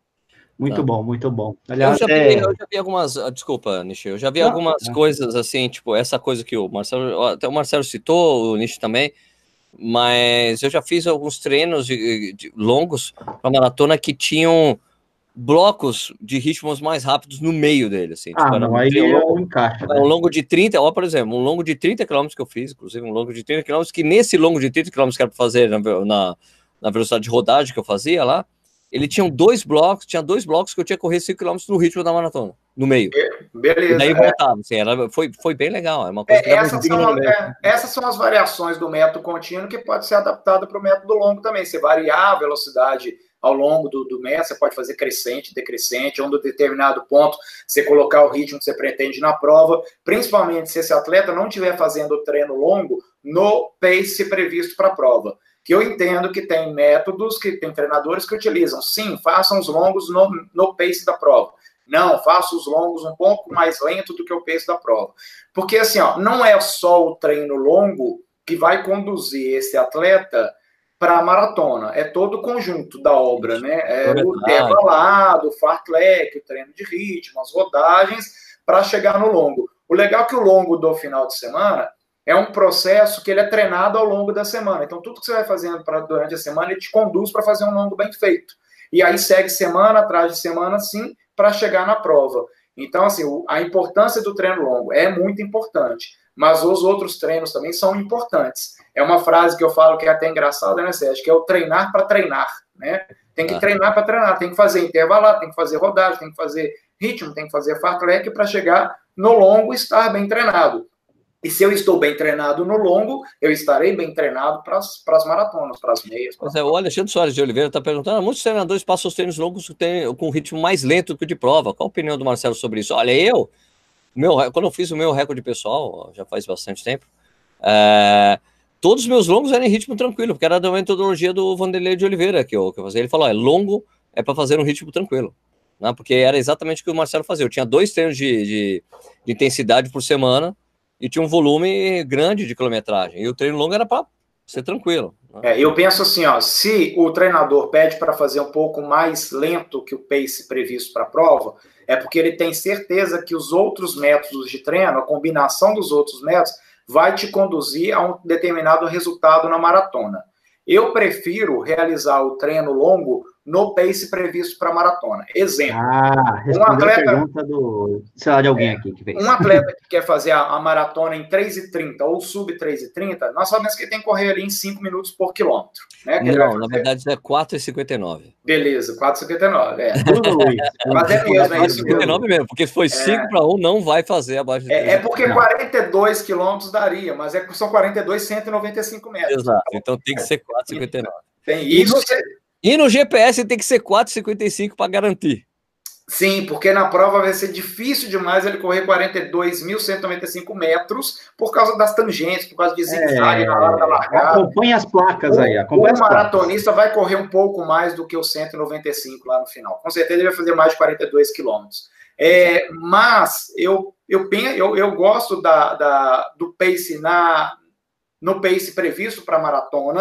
Muito tá. bom, muito bom. Aliás, eu, já vi, eu já vi algumas... Desculpa, Nishi, eu já vi não, algumas não. coisas assim, tipo, essa coisa que o Marcelo... Até o Marcelo citou, o Nishi também, mas eu já fiz alguns treinos de, de longos para maratona que tinham blocos de ritmos mais rápidos no meio dele, assim. Ah, tipo, não, aí um longo, encaixa. Né? Um longo de trinta, ó, por exemplo, um longo de trinta quilômetros que eu fiz, inclusive um longo de trinta quilômetros, que nesse longo de trinta quilômetros que era para fazer na, na, na velocidade de rodagem que eu fazia lá, ele tinha dois blocos, tinha dois blocos que eu tinha que correr cinco quilômetros no ritmo da maratona, no meio. Beleza. E daí voltava, é. assim, era, foi, foi bem legal. É uma coisa é, que essas, são, é, essas são as variações do método contínuo que pode ser adaptada para o método longo também. Você variar a velocidade ao longo do, do método, você pode fazer crescente, decrescente, onde um determinado ponto você colocar o ritmo que você pretende na prova, principalmente se esse atleta não estiver fazendo o treino longo no pace previsto para a prova. Que eu entendo que tem métodos, que tem treinadores que utilizam. Sim, façam os longos no, no pace da prova. Não, façam os longos um pouco mais lento do que o pace da prova. Porque, assim, ó, não é só o treino longo que vai conduzir esse atleta para a maratona. É todo o conjunto da obra, né? É o intervalado, o fartlek, o treino de ritmo, as rodagens, para chegar no longo. O legal é que o longo do final de semana é um processo que ele é treinado ao longo da semana. Então, tudo que você vai fazendo pra, durante a semana, ele te conduz para fazer um longo bem feito. E aí segue semana atrás de semana, sim, para chegar na prova. Então, assim, a importância do treino longo é muito importante, mas os outros treinos também são importantes. É uma frase que eu falo que é até engraçada, né, Sérgio? Que é o treinar para treinar, né? Tem que ah. treinar para treinar, tem que fazer intervalar, tem que fazer rodagem, tem que fazer ritmo, tem que fazer fartlek para chegar no longo e estar bem treinado. E se eu estou bem treinado no longo, eu estarei bem treinado para as maratonas, para as meias. Mas é, o Alexandre Soares de Oliveira está perguntando, muitos treinadores passam os treinos longos com um ritmo mais lento do que o de prova. Qual a opinião do Marcelo sobre isso? Olha, eu, meu, quando eu fiz o meu recorde pessoal, já faz bastante tempo, é, todos os meus longos eram em ritmo tranquilo, porque era da metodologia do Vanderlei de Oliveira que eu, que eu fazia. Ele falou, é longo é para fazer um ritmo tranquilo. Né? Porque era exatamente o que o Marcelo fazia. Eu tinha dois treinos de, de, de intensidade por semana, e tinha um volume grande de quilometragem. E o treino longo era para ser tranquilo. Né? É, eu penso assim, ó, se o treinador pede para fazer um pouco mais lento que o pace previsto para a prova, é porque ele tem certeza que os outros métodos de treino, a combinação dos outros métodos, vai te conduzir a um determinado resultado na maratona. Eu prefiro realizar o treino longo no pace previsto para a maratona. Exemplo. Ah, um atleta, a pergunta do, sei lá, de alguém é, aqui que fez. Um atleta que quer fazer a, a maratona em três e trinta ou sub três e trinta, nós sabemos que ele tem que correr ali em cinco minutos por quilômetro. Né, Não, na verdade é quatro e cinquenta e nove. Beleza, quatro e cinquenta e nove. É. Tudo, Luiz. Mas é mesmo, é isso cinquenta e nove mesmo, porque se foi cinco para um, não vai fazer abaixo de É, é porque não. quarenta e dois quilômetros daria, mas é, são quarenta e dois, cento e noventa e cinco metros. Exato, então tem que ser quatro e cinquenta e nove. Tem isso. E no G P S tem que ser quatro e cinquenta e cinco para garantir. Sim, porque na prova vai ser difícil demais ele correr quarenta e dois mil cento e noventa e cinco metros por causa das tangentes, por causa de zigue-zague é, na hora da largada. Acompanha as placas o, aí. O maratonista vai correr um pouco mais do que o cento e noventa e cinco lá no final. Com certeza ele vai fazer mais de quarenta e dois quilômetros. É, mas eu, eu, eu, eu gosto da, da, do pace na, no pace previsto para a maratona,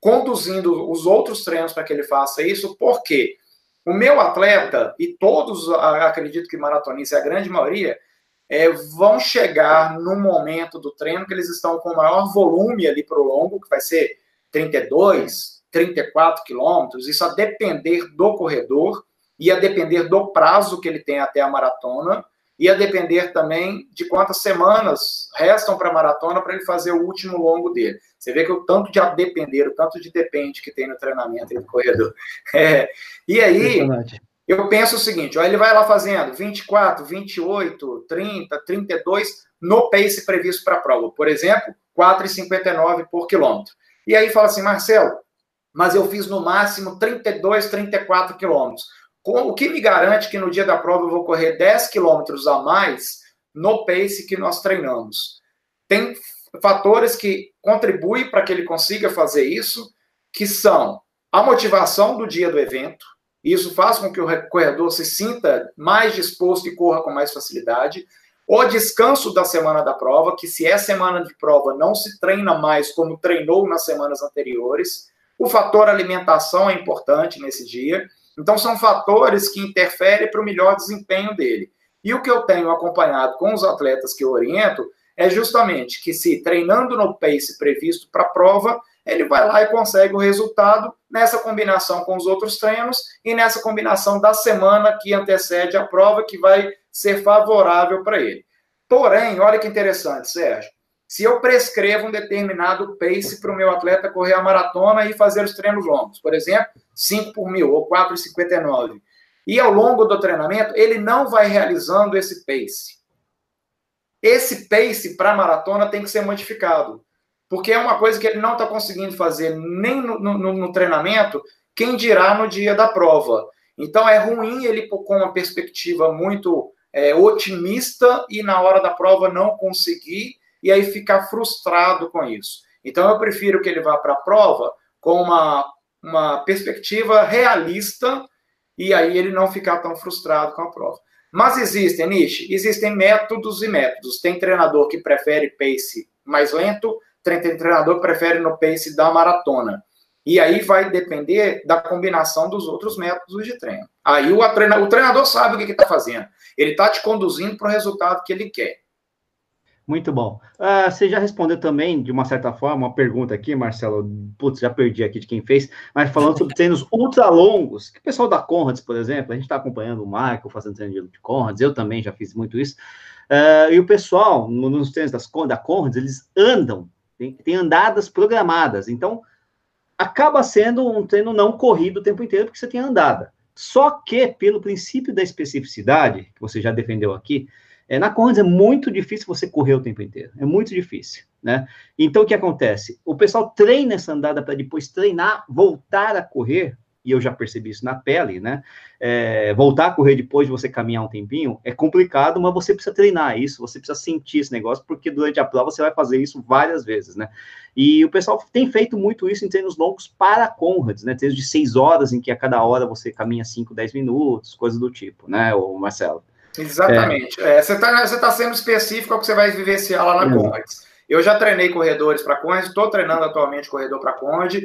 conduzindo os outros treinos para que ele faça isso, porque o meu atleta, e todos, acredito que maratonistas, a grande maioria, é, vão chegar no momento do treino que eles estão com o maior volume ali para o longo, que vai ser trinta e dois, trinta e quatro quilômetros, isso a depender do corredor, e a depender do prazo que ele tem até a maratona, e a depender também de quantas semanas restam para a maratona para ele fazer o último longo dele. Você vê que o tanto de a depender, o tanto de depende que tem no treinamento do corredor. É, e aí, eu penso o seguinte, ó, ele vai lá fazendo vinte e quatro, vinte e oito, trinta, trinta e dois no pace previsto para a prova. Por exemplo, quatro e cinquenta e nove por quilômetro. E aí fala assim, Marcelo, mas eu fiz no máximo trinta e dois, trinta e quatro quilômetros. O que me garante que no dia da prova eu vou correr dez quilômetros a mais no pace que nós treinamos? Tem fatores que contribuem para que ele consiga fazer isso, que são a motivação do dia do evento. Isso faz com que o corredor se sinta mais disposto e corra com mais facilidade. O descanso da semana da prova, que se é semana de prova, não se treina mais como treinou nas semanas anteriores. O fator alimentação é importante nesse dia. Então, são fatores que interferem para o melhor desempenho dele. E o que eu tenho acompanhado com os atletas que eu oriento é justamente que, se treinando no pace previsto para a prova, ele vai lá e consegue o resultado nessa combinação com os outros treinos e nessa combinação da semana que antecede a prova, que vai ser favorável para ele. Porém, olha que interessante, Sérgio. Se eu prescrevo um determinado pace para o meu atleta correr a maratona e fazer os treinos longos, por exemplo, cinco por mil ou quatro e cinquenta e nove, e ao longo do treinamento ele não vai realizando esse pace. Esse pace para a maratona tem que ser modificado, porque é uma coisa que ele não está conseguindo fazer nem no, no, no treinamento, quem dirá no dia da prova. Então é ruim ele com uma perspectiva muito é, otimista e na hora da prova não conseguir, e aí ficar frustrado com isso. Então, eu prefiro que ele vá para a prova com uma, uma perspectiva realista e aí ele não ficar tão frustrado com a prova. Mas existem, Nishi, existem métodos e métodos. Tem treinador que prefere pace mais lento, tem treinador que prefere no pace da maratona. E aí vai depender da combinação dos outros métodos de treino. Aí o, treina, o treinador sabe o que está fazendo. Ele está te conduzindo para o resultado que ele quer. Muito bom. Uh, você já respondeu também, de uma certa forma, uma pergunta aqui, Marcelo. Putz, já perdi aqui de quem fez, mas falando sobre treinos ultralongos, que o pessoal da Conrads, por exemplo, a gente está acompanhando o Michael fazendo treino de Conrads, eu também já fiz muito isso. Uh, e o pessoal, no, nos treinos das, da Conrads, eles andam, tem, tem andadas programadas. Então, acaba sendo um treino não corrido o tempo inteiro, porque você tem andada. Só que, pelo princípio da especificidade, que você já defendeu aqui, É, na Conrads é muito difícil você correr o tempo inteiro, é muito difícil, né? Então, o que acontece? O pessoal treina essa andada para depois treinar, voltar a correr, e eu já percebi isso na pele, né? É, voltar a correr depois de você caminhar um tempinho é complicado, mas você precisa treinar isso, você precisa sentir esse negócio, porque durante a prova você vai fazer isso várias vezes, né? E o pessoal tem feito muito isso em treinos longos para Conrads, né? Treinos de seis horas, em que a cada hora você caminha cinco, dez minutos, coisas do tipo, né, o Marcelo? Exatamente. É. É, você está você tá sendo específico ao que você vai vivenciar lá na uhum. Conrads. Eu já treinei corredores para Conrads, estou treinando atualmente corredor para Conrads,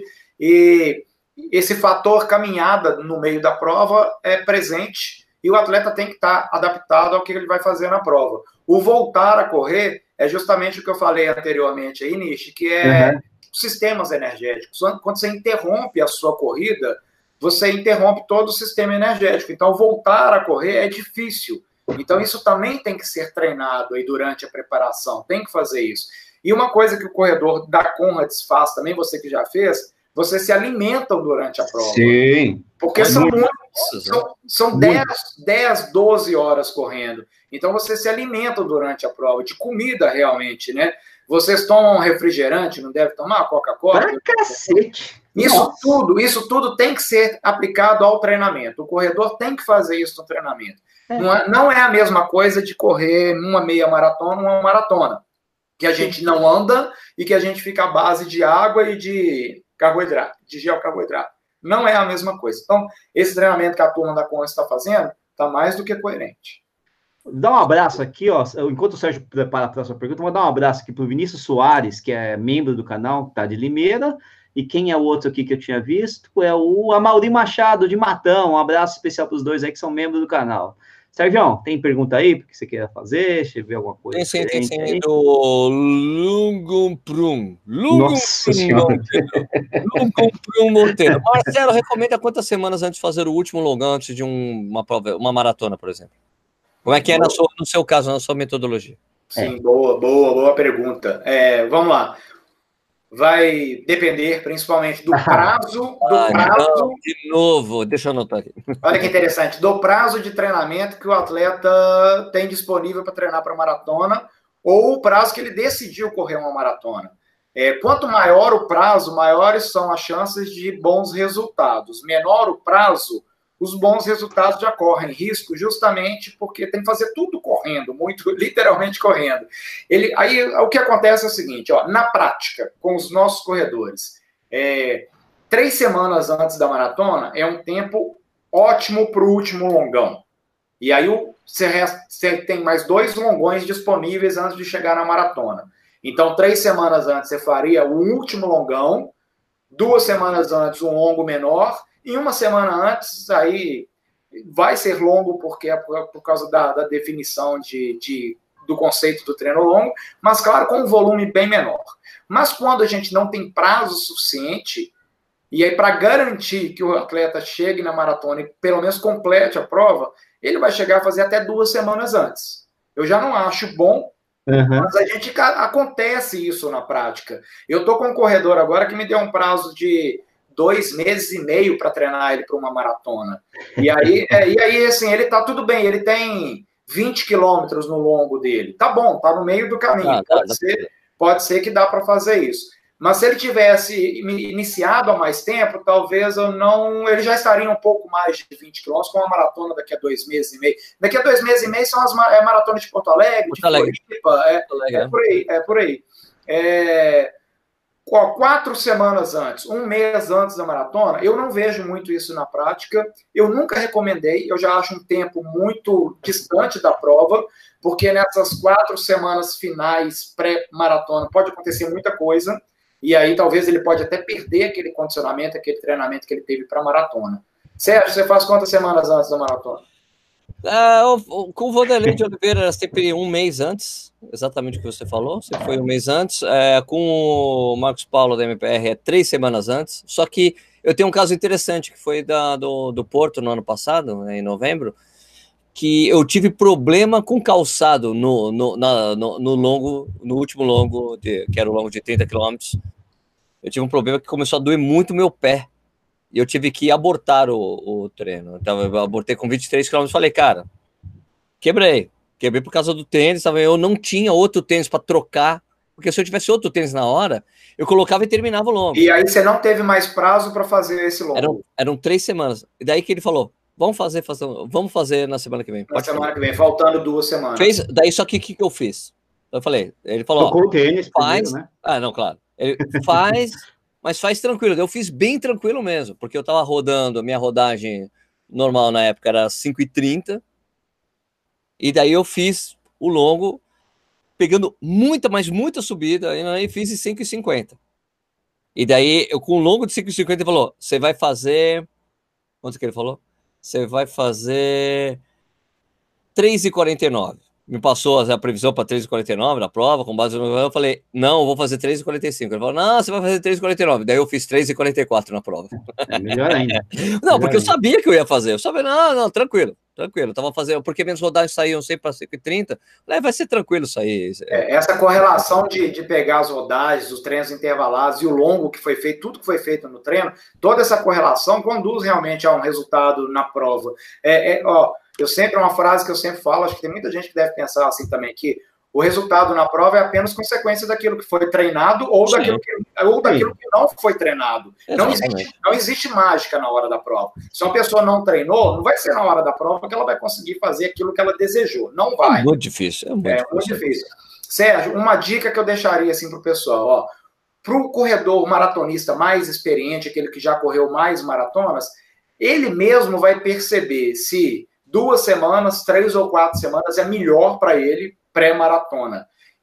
e esse fator caminhada no meio da prova é presente, e o atleta tem que estar adaptado ao que ele vai fazer na prova. O voltar a correr é justamente o que eu falei anteriormente aí, Nishi, que é uhum. sistemas energéticos. Quando você interrompe a sua corrida, você interrompe todo o sistema energético. Então, voltar a correr é difícil. Então, isso também tem que ser treinado aí durante a preparação, tem que fazer isso. E uma coisa que o corredor da Conrads faz também, você que já fez, você se alimentam durante a prova. Sim. Porque são, muitos, são, são dez, dez, doze horas correndo. Então, você se alimenta durante a prova, de comida realmente, né? Vocês tomam refrigerante, não devem tomar Coca-Cola? Pra cacete. Isso tudo, isso tudo tem que ser aplicado ao treinamento. O corredor tem que fazer isso no treinamento. É. Não, é, não é a mesma coisa de correr uma meia maratona, uma maratona, que a gente não anda e que a gente fica à base de água e de carboidrato, de gel carboidrato. Não é a mesma coisa. Então, esse treinamento que a turma da Conrads está fazendo está mais do que coerente. Dá um abraço aqui, ó. Enquanto o Sérgio prepara a próxima pergunta, eu vou dar um abraço aqui para o Vinícius Soares, que é membro do canal, tá de Limeira, E quem é o outro aqui que eu tinha visto? É o Amaury Machado, de Matão. Um abraço especial para os dois aí que são membros do canal. Sérgio, tem pergunta aí que você queira fazer? Deixa eu ver alguma coisa. Tem sim, tem sim, aí. do Lungum Prum. Lungum Nossa Prum Lungum Prum Monteiro. Marcelo, recomenda quantas semanas antes de fazer o último longão, antes de um, uma, prova, uma maratona, por exemplo? Como é que é na sua, no seu caso, na sua metodologia? Sim, é. boa, boa, boa pergunta. É, vamos lá. Vai depender principalmente do prazo, do ah, prazo. Não, de novo, deixa eu anotar aqui. Olha que interessante, do prazo de treinamento que o atleta tem disponível para treinar para maratona, ou o prazo que ele decidiu correr uma maratona. É, quanto maior o prazo, maiores são as chances de bons resultados. Menor o prazo, os bons resultados já correm risco, justamente porque tem que fazer tudo correndo, muito literalmente correndo. Ele, aí o que acontece é o seguinte, ó, na prática, com os nossos corredores, é, três semanas antes da maratona é um tempo ótimo para o último longão. E aí você tem mais dois longões disponíveis antes de chegar na maratona. Então, três semanas antes você faria o último longão, duas semanas antes um longo menor, e uma semana antes, aí vai ser longo porque é por causa da, da definição de, de, do conceito do treino longo, mas, claro, com um volume bem menor. Mas quando a gente não tem prazo suficiente, e aí para garantir que o atleta chegue na maratona e pelo menos complete a prova, ele vai chegar a fazer até duas semanas antes. Eu já não acho bom, uhum. mas a gente acontece isso na prática. Eu estou com um corredor agora que me deu um prazo de dois meses e meio para treinar ele para uma maratona. E aí, é, e aí, assim, ele tá tudo bem, ele tem vinte quilômetros no longo dele. Tá bom, tá no meio do caminho. Ah, pode, tá, ser, tá. pode ser que dá para fazer isso. Mas se ele tivesse iniciado há mais tempo, talvez eu não... Ele já estaria um pouco mais de vinte quilômetros com uma maratona daqui a dois meses e meio. Daqui a dois meses e meio são as é, maratonas de Porto Alegre, Porto Alegre. de Floripa, é, é por aí, é por aí. É... Quatro semanas antes, um mês antes da maratona, eu não vejo muito isso na prática. Eu nunca recomendei, eu já acho um tempo muito distante da prova, porque nessas quatro semanas finais pré-maratona pode acontecer muita coisa, e aí talvez ele pode até perder aquele condicionamento, aquele treinamento que ele teve para a maratona. Sérgio, você faz quantas semanas antes da maratona? Ah, com o Vanderlei de Oliveira era sempre um mês antes, exatamente o que você falou, sempre foi um mês antes. É, com o Marcos Paulo da M P R é três semanas antes, só que eu tenho um caso interessante, que foi da, do, do Porto no ano passado, né, em novembro, que eu tive problema com calçado no, no, na, no, no longo, no último longo, de, que era o longo de trinta quilômetros. Eu tive um problema que começou a doer muito o meu pé. E eu tive que abortar o, o treino. Então, eu abortei com vinte e três quilômetros. Falei, cara, quebrei. Quebrei por causa do tênis. Eu não tinha outro tênis para trocar. Porque se eu tivesse outro tênis na hora, eu colocava e terminava o longo. E aí você não teve mais prazo para fazer esse longo? Eram, eram três semanas. E daí que ele falou, vamos fazer, fazer vamos fazer na semana que vem. Na semana fazer. que vem, faltando duas semanas. Fez, daí só que o que, que eu fiz? Eu falei, ele falou, tocou o tênis faz... primeiro, né? Ah, não, claro. Ele faz... Mas faz tranquilo, eu fiz bem tranquilo mesmo, porque eu tava rodando, a minha rodagem normal na época era cinco e trinta, e daí eu fiz o longo, pegando muita, mas muita subida, e aí fiz em cinco e cinquenta. E daí, eu com o longo de cinco e cinquenta, ele falou, você vai fazer... Quanto que ele falou? Você vai fazer três e quarenta e nove. Me passou a previsão para três e quarenta e nove na prova, com base no... Eu falei, não, eu vou fazer três e quarenta e cinco. Ele falou, não, você vai fazer três e quarenta e nove. Daí eu fiz três e quarenta e quatro na prova. É melhor ainda. Não, melhor porque eu ainda. sabia que eu ia fazer. Eu sabia, não, não, tranquilo, tranquilo. Eu tava fazendo, porque minhas rodagens saíam sempre para cinco e trinta. Falei, vai ser tranquilo sair. É, essa correlação de, de pegar as rodagens, os treinos intervalados e o longo que foi feito, tudo que foi feito no treino, toda essa correlação conduz realmente a um resultado na prova. É, é, ó, eu sempre, uma frase que eu sempre falo, acho que tem muita gente que deve pensar assim também, que o resultado na prova é apenas consequência daquilo que foi treinado ou, daquilo que, ou daquilo que não foi treinado. Não existe, não existe mágica na hora da prova. Se uma pessoa não treinou, não vai ser na hora da prova que ela vai conseguir fazer aquilo que ela desejou. Não vai. É muito difícil. É muito, é difícil. muito difícil. Sérgio, uma dica que eu deixaria assim para o pessoal, para o corredor maratonista mais experiente, aquele que já correu mais maratonas, ele mesmo vai perceber se duas semanas, três ou quatro semanas é melhor para ele pré-maratona.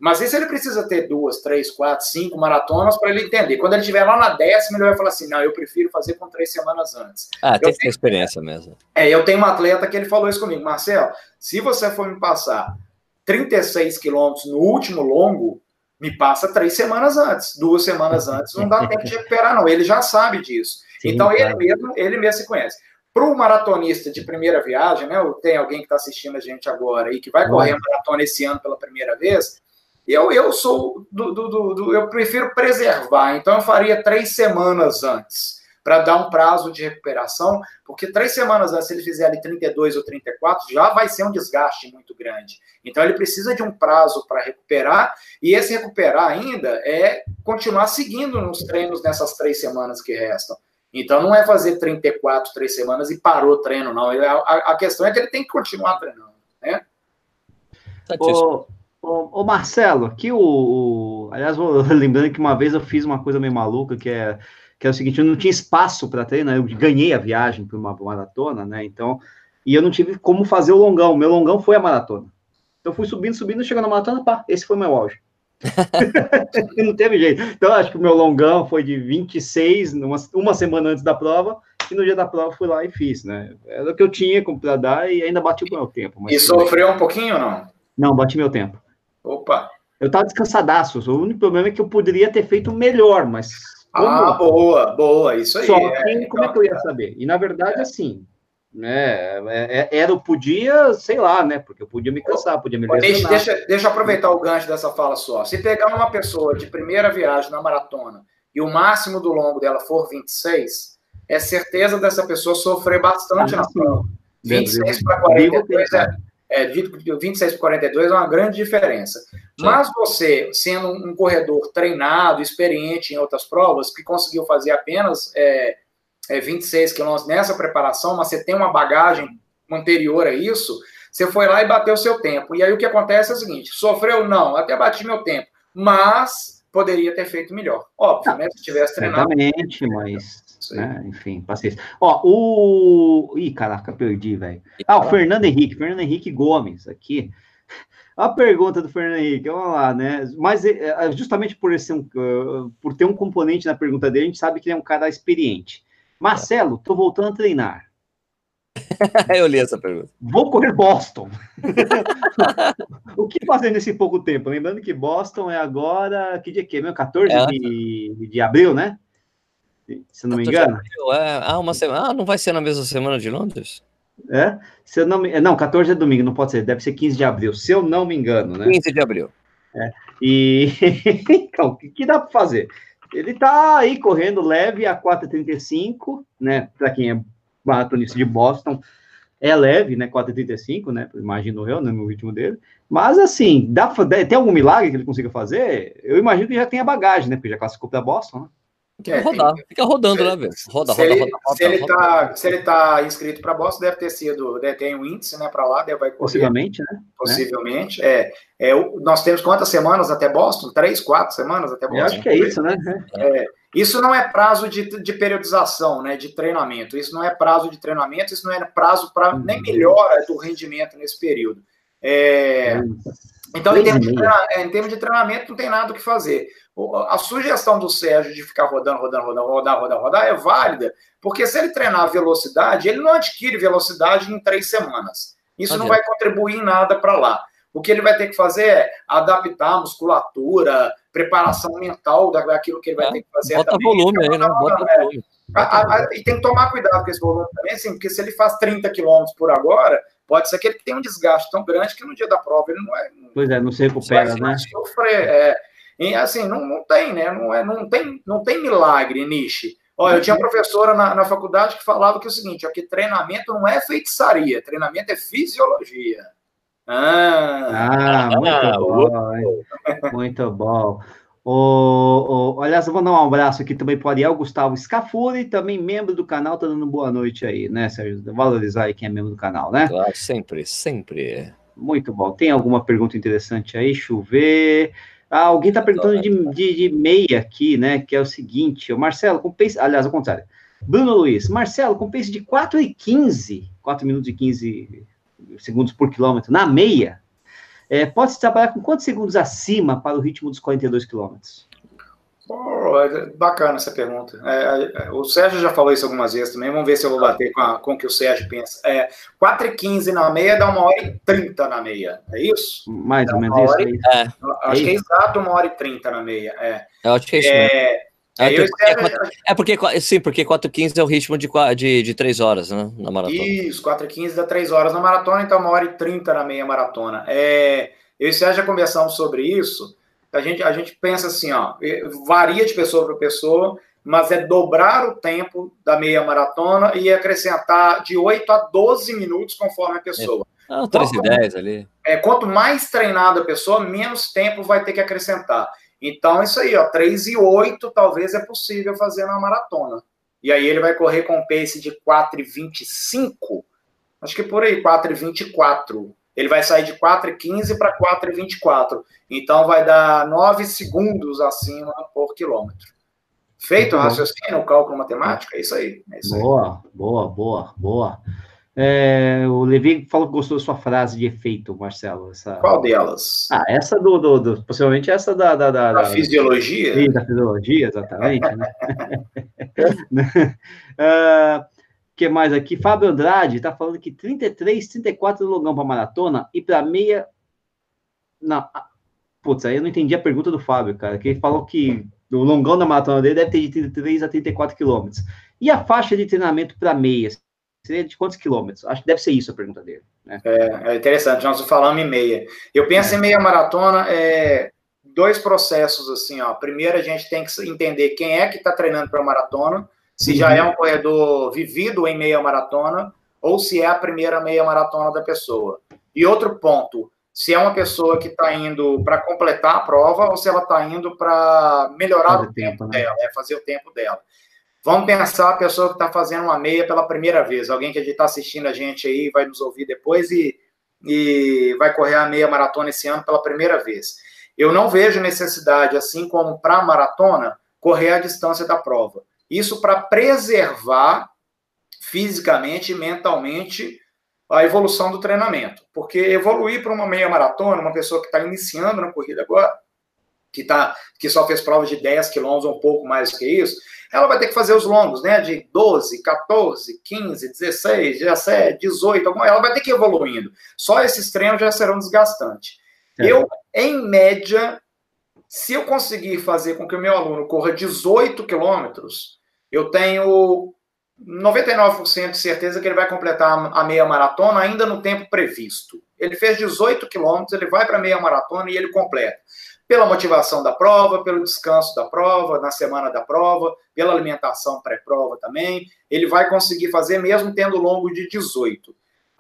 Mas isso ele precisa ter duas, três, quatro, cinco maratonas para ele entender. Quando ele estiver lá na décima, ele vai falar assim, não, eu prefiro fazer com três semanas antes. Ah, tem eu que ter experiência mesmo. É, eu tenho um atleta que ele falou isso comigo, Marcelo, se você for me passar trinta e seis quilômetros no último longo, me passa três semanas antes, duas semanas antes, não dá tempo de recuperar, não. Ele já sabe disso. Sim, então, ele, claro. mesmo, ele mesmo se conhece. Para o maratonista de primeira viagem, né? Tem alguém que está assistindo a gente agora e que vai correr a maratona esse ano pela primeira vez, eu, eu sou do, do, do, do eu prefiro preservar, então eu faria três semanas antes, para dar um prazo de recuperação, porque três semanas antes, se ele fizer ali trinta e dois ou trinta e quatro, já vai ser um desgaste muito grande. Então, ele precisa de um prazo para recuperar, e esse recuperar ainda é continuar seguindo nos treinos nessas três semanas que restam. Então, não é fazer trinta e quatro, três semanas e parou o treino, não. A, a questão é que ele tem que continuar treinando, né? Ô, ô, ô Marcelo, aqui o, o... Aliás, vou lembrando que uma vez eu fiz uma coisa meio maluca, que é... que é o seguinte, eu não tinha espaço para treinar, eu ganhei a viagem para uma maratona, né, então, e eu não tive como fazer o longão, meu longão foi a maratona. Então, eu fui subindo, subindo, chegando na maratona, pá, esse foi o meu auge. Não teve jeito. Então, acho que o meu longão foi de vinte e seis, numa, uma semana antes da prova, e no dia da prova fui lá e fiz, né, era o que eu tinha para dar e ainda bati o meu tempo. Mas e sofreu um pouquinho ou não? Não, bati meu tempo. Opa! Eu tava descansadaço, o único problema é que eu poderia ter feito melhor, mas... Como? Ah, boa, boa, isso aí. Só que, é, como é que eu ia saber? E, na verdade, é. assim, né, era o podia, sei lá, né, porque eu podia me cansar, podia me lesionar. Deixa, deixa, deixa eu aproveitar o gancho dessa fala só. Se pegar uma pessoa de primeira viagem na maratona e o máximo do longo dela for vinte e seis, é certeza dessa pessoa sofrer bastante ah, na prova. vinte e seis para quarenta e dois é... É, vinte e seis para quarenta e dois é uma grande diferença. Sim. Mas você, sendo um corredor treinado, experiente em outras provas, que conseguiu fazer apenas é, é, vinte e seis quilômetros nessa preparação, mas você tem uma bagagem anterior a isso, você foi lá e bateu o seu tempo. E aí o que acontece é o seguinte, sofreu? Não, até bati meu tempo, mas poderia ter feito melhor. Óbvio, ah, né? Se tivesse treinado. Exatamente, mas... Né? Enfim, paciência. Ó, o... Ih, caraca, perdi, velho. Ah, o Fernando Henrique, Fernando Henrique Gomes, aqui. A pergunta do Fernando Henrique, vamos lá, né? Mas justamente por, esse, por ter um componente na pergunta dele, a gente sabe que ele é um cara experiente. Marcelo, tô voltando a treinar. Eu li essa pergunta. Vou correr Boston. O que fazer nesse pouco tempo? Lembrando que Boston é agora... Que dia que é? Meu, quatorze é, de, de abril, né? Se não me engano. É, ah, uma semana. Ah, não vai ser na mesma semana de Londres? É? Se eu não, me... não, quatorze é domingo, não pode ser, deve ser quinze de abril, se eu não me engano, né? quinze de abril. É. E então, o que, que dá para fazer? Ele tá aí correndo leve a quatro e trinta e cinco, né? Para quem é maratonista de Boston, é leve, né? quatro e trinta e cinco, né? Imagino eu, né? No ritmo dele. Mas assim, dá pra... tem algum milagre que ele consiga fazer? Eu imagino que já tem a bagagem, né? Porque já classificou para Boston, né? Fica, é, rodar, tem, fica rodando, né, velho? Roda, se roda, ele, roda, roda, se ele roda, tá, roda. Se ele tá inscrito para Boston, deve ter sido, deve ter um índice, né, para lá, deve vai correr. Possivelmente, né? Possivelmente, é. é. Nós temos quantas semanas até Boston? Três, quatro semanas até Boston? Eu acho que é isso, né? É, isso não é prazo de, de periodização, né, de treinamento. Isso não é prazo de treinamento, isso não é prazo para uhum. nem melhora do rendimento nesse período. É... Então, em termos, de em termos de treinamento, não tem nada o que fazer. A sugestão do Sérgio de ficar rodando, rodando, rodando, rodar, rodar, rodar é válida, porque se ele treinar velocidade, ele não adquire velocidade em três semanas. Isso não vai contribuir em nada para lá. O que ele vai ter que fazer é adaptar a musculatura, preparação mental daquilo que ele vai é, ter que fazer. Bota também. volume aí, né? Bota é, volume. A, a, e tem que tomar cuidado com esse volume também, assim, porque se ele faz trinta quilômetros por agora, pode ser que ele tenha um desgaste tão grande que no dia da prova ele não é... Pois é, não se recupera, vai, né? Sofrer, é, e assim, não, não tem, né? Não, é, não, tem, não tem milagre, Nishi. Olha, eu tinha uma professora na, na faculdade que falava que é o seguinte, ó, que treinamento não é feitiçaria, treinamento é fisiologia. Ah, ah muito ah, bom, hein? Muito bom. O, o, aliás, eu vou dar um abraço aqui também para o Ariel Gustavo Scafuri, também membro do canal, tá dando boa noite aí, né, Sérgio? Valorizar aí quem é membro do canal, né? Claro, sempre, sempre. Muito bom. Tem alguma pergunta interessante aí? Deixa eu ver. Ah, alguém está perguntando de, de, de meia aqui, né? Que é o seguinte, o Marcelo, com pace, aliás, ao contrário. Bruno Luiz, Marcelo, com pace de quatro e quinze, quatro minutos e quinze segundos por quilômetro, na meia, É, pode-se trabalhar com quantos segundos acima para o ritmo dos quarenta e dois quilômetros? Oh, bacana essa pergunta. É, o Sérgio já falou isso algumas vezes também. Vamos ver se eu vou bater com, a, com o que o Sérgio pensa. É, quatro e quinze na meia dá uma hora e trinta na meia. É isso? Mais dá ou menos isso. E, é. Acho é que é exato uma hora e trinta na meia. É. Eu acho que é isso é, mesmo. É, é, porque, é porque, sim, porque quatro e quinze é o ritmo de, de, de três horas, né, na maratona. Isso, quatro e quinze dá três horas na maratona, então uma hora e trinta na meia maratona. É, eu e o Sérgio já conversamos sobre isso. A gente, a gente pensa assim, ó, varia de pessoa para pessoa, mas é dobrar o tempo da meia maratona e acrescentar de oito a doze minutos conforme a pessoa. É. Ah, três e dez ali. É, quanto mais treinada a pessoa, menos tempo vai ter que acrescentar. Então, isso aí, ó, três e oito talvez é possível fazer na maratona. E aí ele vai correr com um pace de quatro e vinte e cinco, acho que por aí, quatro e vinte e quatro. Ele vai sair de quatro e quinze para quatro e vinte e quatro. Então, vai dar nove segundos acima por quilômetro. Feito o raciocínio, o cálculo matemático, é isso aí. É isso boa, aí. boa, boa, boa. É, o Levi falou que gostou da sua frase de efeito, Marcelo. Essa... Qual delas? Ah, essa do, do, do possivelmente essa da... Da, da, da, da fisiologia? Sim, da fisiologia, exatamente. Né? uh, que mais aqui? Fábio Andrade está falando que trinta e três, trinta e quatro longão para maratona e para meia... Não, putz, aí eu não entendi a pergunta do Fábio, cara, que ele falou que o longão da maratona dele deve ter de trinta e três a trinta e quatro quilômetros. E a faixa de treinamento para meia? Seria de quantos quilômetros? Acho que deve ser isso a pergunta dele. Né? É, é interessante, nós falamos em meia. Eu penso é. em meia maratona, é, dois processos assim, ó. Primeiro, a gente tem que entender quem é que está treinando para maratona, se uhum. já é um corredor vivido em meia maratona, ou se é a primeira meia maratona da pessoa. E outro ponto, se é uma pessoa que está indo para completar a prova, ou se ela está indo para melhorar fazer o tempo, tempo né? dela, é fazer o tempo dela. Vamos pensar a pessoa que está fazendo uma meia pela primeira vez, alguém que está assistindo a gente aí, vai nos ouvir depois e, e vai correr a meia maratona esse ano pela primeira vez. Eu não vejo necessidade, assim como para a maratona, correr a distância da prova. Isso para preservar fisicamente e mentalmente a evolução do treinamento. Porque evoluir para uma meia maratona, uma pessoa que está iniciando na corrida agora, que, tá, que só fez prova de dez quilômetros ou um pouco mais do que isso, ela vai ter que fazer os longos, né, de doze, quatorze, quinze, dezesseis, dezessete, dezoito, alguma, ela vai ter que ir evoluindo. Só esses treinos já serão desgastantes. É. Eu, em média, se eu conseguir fazer com que o meu aluno corra dezoito quilômetros, eu tenho noventa e nove por cento de certeza que ele vai completar a meia maratona ainda no tempo previsto. Ele fez dezoito quilômetros, ele vai para a meia maratona e ele completa. Pela motivação da prova, pelo descanso da prova, na semana da prova, pela alimentação pré-prova também, ele vai conseguir fazer mesmo tendo longo de dezoito.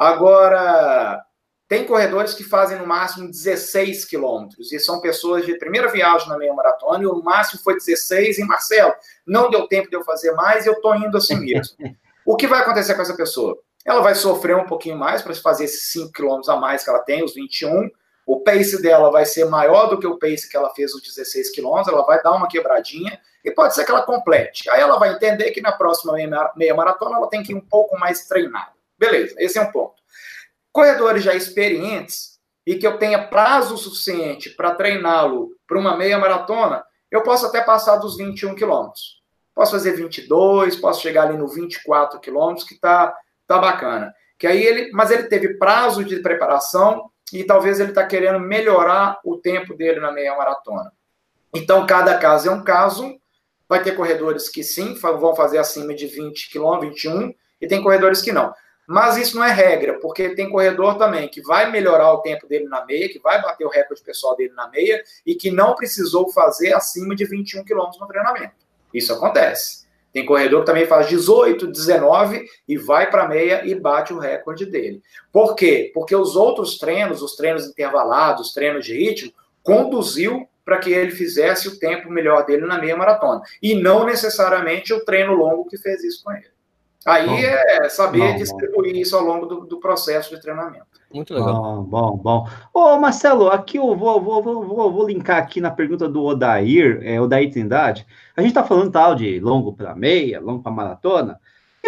Agora, tem corredores que fazem no máximo dezesseis quilômetros, e são pessoas de primeira viagem na meia maratona, e o máximo foi dezesseis, e Marcelo, não deu tempo de eu fazer mais, e eu estou indo assim mesmo. O que vai acontecer com essa pessoa? Ela vai sofrer um pouquinho mais para fazer esses cinco quilômetros a mais que ela tem, os vinte e um. O pace dela vai ser maior do que o pace que ela fez os dezesseis quilômetros, ela vai dar uma quebradinha, e pode ser que ela complete. Aí ela vai entender que na próxima meia maratona ela tem que ir um pouco mais treinada. Beleza, esse é um ponto. Corredores já experientes, e que eu tenha prazo suficiente para treiná-lo para uma meia maratona, eu posso até passar dos vinte e um quilômetros. Posso fazer vinte e dois, posso chegar ali no vinte e quatro quilômetros, que tá, tá bacana. Que aí ele, mas ele teve prazo de preparação, e talvez ele está querendo melhorar o tempo dele na meia maratona. Então, cada caso é um caso. Vai ter corredores que sim, vão fazer acima de vinte quilômetros, vinte e um, e tem corredores que não. Mas isso não é regra, porque tem corredor também que vai melhorar o tempo dele na meia, que vai bater o recorde pessoal dele na meia, e que não precisou fazer acima de vinte e um quilômetros no treinamento. Isso acontece. Tem corredor que também faz dezoito, dezenove e vai para a meia e bate o recorde dele. Por quê? Porque os outros treinos, os treinos intervalados, os treinos de ritmo, conduziu para que ele fizesse o tempo melhor dele na meia maratona. E não necessariamente o treino longo que fez isso com ele. Aí bom, é saber bom, distribuir bom. isso ao longo do, do processo de treinamento. Muito legal. Bom, bom, bom. Ô, Marcelo, aqui eu vou, vou, vou, vou, vou linkar aqui na pergunta do Odair, é, Odair Trindade. A gente está falando tal de longo para meia, longo para maratona. E o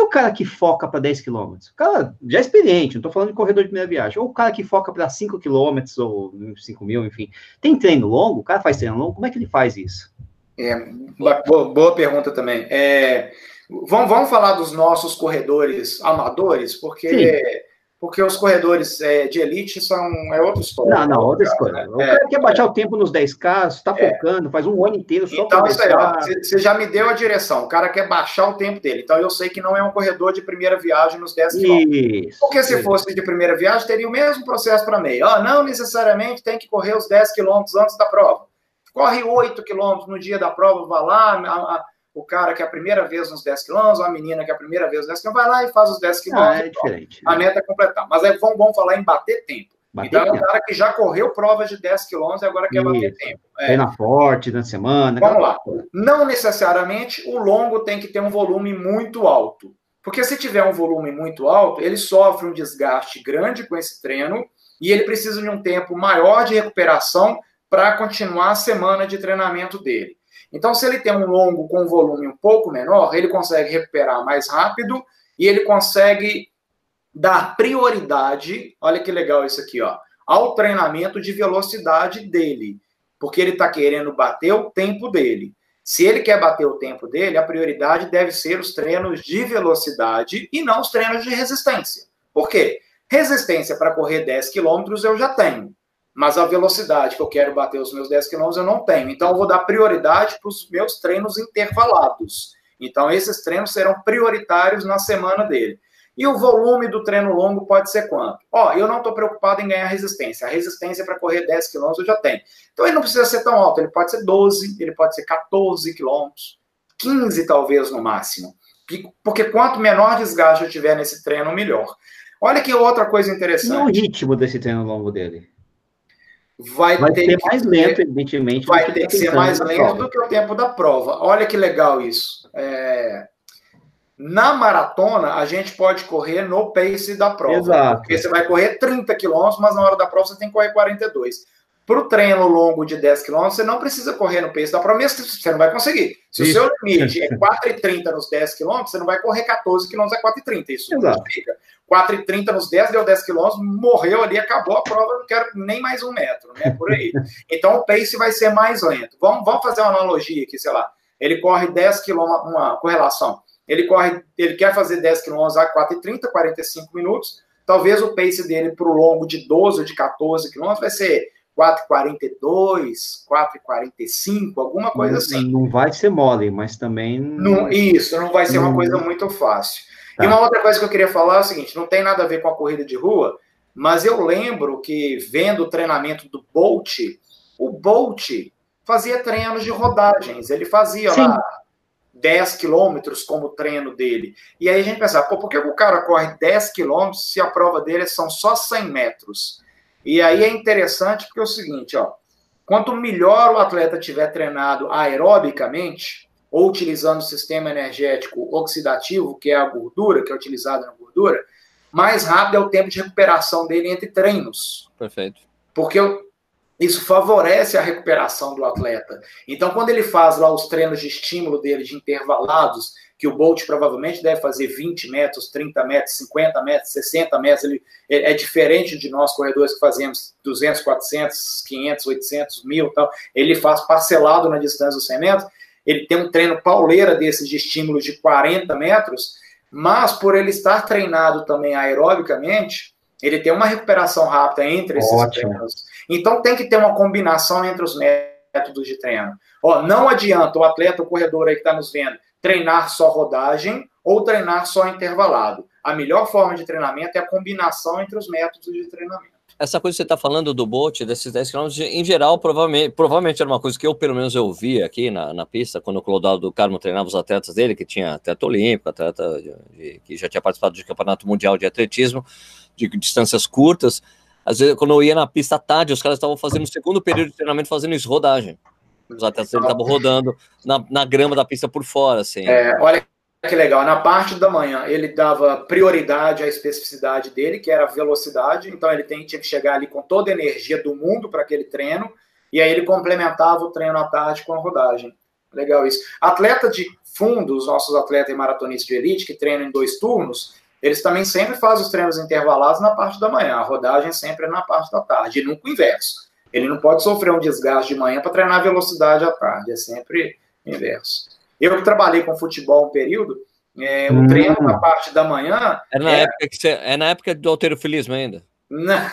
o cara que foca para dez quilômetros? O cara já é experiente, não estou falando de corredor de primeira viagem. Ou o cara que foca para cinco quilômetros, ou cinco mil, enfim. Tem treino longo? O cara faz treino longo? Como é que ele faz isso? É, boa, boa pergunta também. É, vamos, vamos falar dos nossos corredores amadores, porque, porque os corredores é, de elite são é outra história. Não, não, outra história. Né? O cara é, quer baixar é, o tempo nos dez K, está focando, faz um ano inteiro só então, isso aí, ó, você já me deu a direção. O cara quer baixar o tempo dele. Então, eu sei que não é um corredor de primeira viagem nos dez quilômetros. Porque se isso. fosse de primeira viagem, teria o mesmo processo para meio. Ah, não necessariamente tem que correr os dez quilômetros antes da prova. Corre oito quilômetros no dia da prova, vai lá, a, a, o cara que é a primeira vez nos dez quilômetros, a menina que é a primeira vez nos dez quilômetros, vai lá e faz os dez quilômetros. Ah, é diferente. A meta é completar. Mas é vamos, vamos falar em bater tempo. Bater então, tempo. É um cara que já correu provas de dez quilômetros e agora quer Isso. bater tempo. É. Treina forte na semana. Vamos lá. Não necessariamente o longo tem que ter um volume muito alto. Porque se tiver um volume muito alto, ele sofre um desgaste grande com esse treino e ele precisa de um tempo maior de recuperação para continuar a semana de treinamento dele. Então, se ele tem um longo com um volume um pouco menor, ele consegue recuperar mais rápido e ele consegue dar prioridade, olha que legal isso aqui, ó, ao treinamento de velocidade dele, porque ele está querendo bater o tempo dele. Se ele quer bater o tempo dele, a prioridade deve ser os treinos de velocidade e não os treinos de resistência. Por quê? Resistência para correr dez quilômetros eu já tenho. Mas a velocidade que eu quero bater os meus dez quilômetros eu não tenho. Então, eu vou dar prioridade para os meus treinos intervalados. Então, esses treinos serão prioritários na semana dele. E o volume do treino longo pode ser quanto? Ó, eu não estou preocupado em ganhar resistência. A resistência para correr dez quilômetros eu já tenho. Então, ele não precisa ser tão alto. Ele pode ser doze, ele pode ser quatorze quilômetros, quinze talvez no máximo. Porque quanto menor desgaste eu tiver nesse treino, melhor. Olha que outra coisa interessante. E o ritmo desse treino longo dele? Vai, vai ter ser que mais ser, lento, evidentemente. Vai ter que ser mais lento do que o tempo da prova. Olha que legal isso. É... Na maratona, a gente pode correr no pace da prova. Exato. Porque você vai correr trinta quilômetros, mas na hora da prova você tem que correr quarenta e dois. Para o treino longo de dez quilômetros, você não precisa correr no pace da prova, mesmo que você não vai conseguir. Se isso. o seu limite é quatro e trinta nos dez quilômetros, você não vai correr quatorze quilômetros a quatro e trinta. Isso não significa. quatro e trinta nos dez, deu dez quilômetros, morreu ali, acabou a prova, não quero nem mais um metro, né? Por aí. Então o pace vai ser mais lento. Vamos, vamos fazer uma analogia aqui, sei lá. Ele corre dez quilômetros, uma correlação. Ele corre, ele quer fazer dez quilômetros a quatro e trinta, quarenta e cinco minutos. Talvez o pace dele para o longo de doze ou de quatorze quilômetros vai ser quatro e quarenta e dois, quatro e quarenta e cinco, alguma coisa não, assim. Não vai ser mole, mas também... Não, isso, não vai ser não... uma coisa muito fácil. Tá. E uma outra coisa que eu queria falar é o seguinte, não tem nada a ver com a corrida de rua, mas eu lembro que, vendo o treinamento do Bolt, o Bolt fazia treinos de rodagens. Ele fazia Sim. lá dez quilômetros como treino dele. E aí a gente pensava, pô, por que o cara corre dez quilômetros se a prova dele são só cem metros? E aí é interessante porque é o seguinte, ó, quanto melhor o atleta tiver treinado aerobicamente, ou utilizando o sistema energético oxidativo, que é a gordura, que é utilizada na gordura, mais rápido é o tempo de recuperação dele entre treinos. Perfeito. Porque isso favorece a recuperação do atleta. Então, quando ele faz lá os treinos de estímulo dele, de intervalados, que o Bolt provavelmente deve fazer vinte metros, trinta metros, cinquenta metros, sessenta metros, ele é diferente de nós corredores que fazemos duzentos, quatrocentos, quinhentos, oitocentos, mil e tal. Ele faz parcelado na distância dos cem metros. Ele tem um treino pauleira desses de estímulo de quarenta metros, mas por ele estar treinado também aerobicamente, ele tem uma recuperação rápida entre esses Ótimo. treinos. Então tem que ter uma combinação entre os métodos de treino. Ó, não adianta o atleta, o corredor aí que está nos vendo, treinar só rodagem ou treinar só intervalado. A melhor forma de treinamento é a combinação entre os métodos de treinamento. Essa coisa que você está falando do Bolt, desses dez quilômetros, em geral, provavelmente, provavelmente era uma coisa que eu, pelo menos, eu via aqui na, na pista, quando o Clodoaldo do Carmo treinava os atletas dele, que tinha atleta olímpico, atleta de, de, que já tinha participado de campeonato mundial de atletismo, de distâncias curtas. Às vezes, quando eu ia na pista à tarde, os caras estavam fazendo o segundo período de treinamento, fazendo isso, rodagem. Os atletas dele estavam rodando na, na grama da pista por fora, assim. É, olha que legal, na parte da manhã ele dava prioridade à especificidade dele, que era a velocidade, então ele tem, tinha que chegar ali com toda a energia do mundo para aquele treino, e aí ele complementava o treino à tarde com a rodagem. Legal isso. Atleta de fundo, os nossos atletas e maratonistas de elite, que treinam em dois turnos, eles também sempre fazem os treinos intervalados na parte da manhã, a rodagem sempre é na parte da tarde, e nunca o inverso. Ele não pode sofrer um desgaste de manhã para treinar velocidade à tarde, é sempre o inverso. Eu que trabalhei com futebol um período, é, o hum. treino na parte da manhã... É na, é... Época que você... é na época do halterofilismo ainda? Na...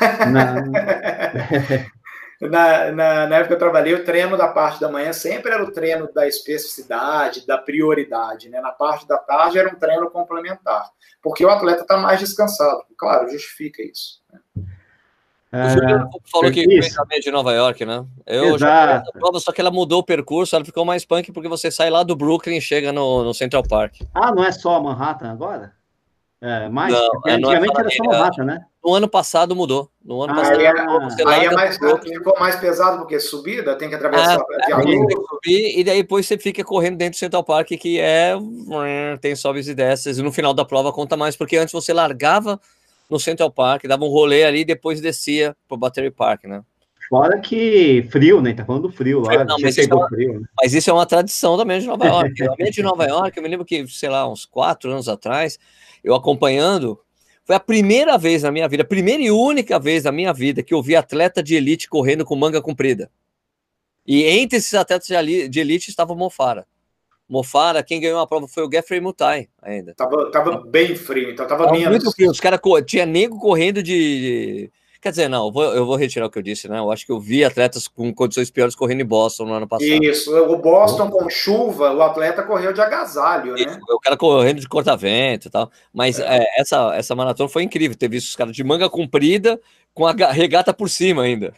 na, na, na época que eu trabalhei, o treino da parte da manhã sempre era o treino da especificidade, da prioridade, né? Na parte da tarde era um treino complementar, porque o atleta está mais descansado. Claro, justifica isso, né? O Juliano falou que fez a meia de Nova York, né? Eu Exato. já fiz a prova, só que ela mudou o percurso, ela ficou mais punk porque você sai lá do Brooklyn e chega no, no Central Park. Ah, não é só Manhattan agora? É, mais, não, antigamente não é era só Manhattan, né? No ano passado mudou. No ano ah, passado aí, é, aí é mais, ficou mais pesado porque subida, tem que atravessar ah, de alguém. Subir, e daí depois você fica correndo dentro do Central Park, que é tem sobes e desces, e no final da prova conta mais, porque antes você largava no Central Park, dava um rolê ali e depois descia pro Battery Park, né? Fora que frio, né? Tá falando do frio lá. Não, mas, isso é uma, frio, né? mas isso é uma tradição também de Nova York. A meia de Nova York, eu me lembro que, sei lá, uns quatro anos atrás, eu acompanhando, foi a primeira vez na minha vida, a primeira e única vez na minha vida que eu vi atleta de elite correndo com manga comprida. E entre esses atletas de elite estava o Mofara. Mofara, quem ganhou a prova foi o Geoffrey Mutai ainda. Tava, tava bem frio, então tava, tava menos. Muito frio, os caras, tinha nego correndo de... Quer dizer, não, eu vou, eu vou retirar o que eu disse, né? Eu acho que eu vi atletas com condições piores correndo em Boston no ano passado. Isso, o Boston com chuva, o atleta correu de agasalho, Isso, né? O cara correndo de corta-vento e tal. Mas é. É, essa, essa maratona foi incrível, ter visto os caras de manga comprida com a regata por cima ainda.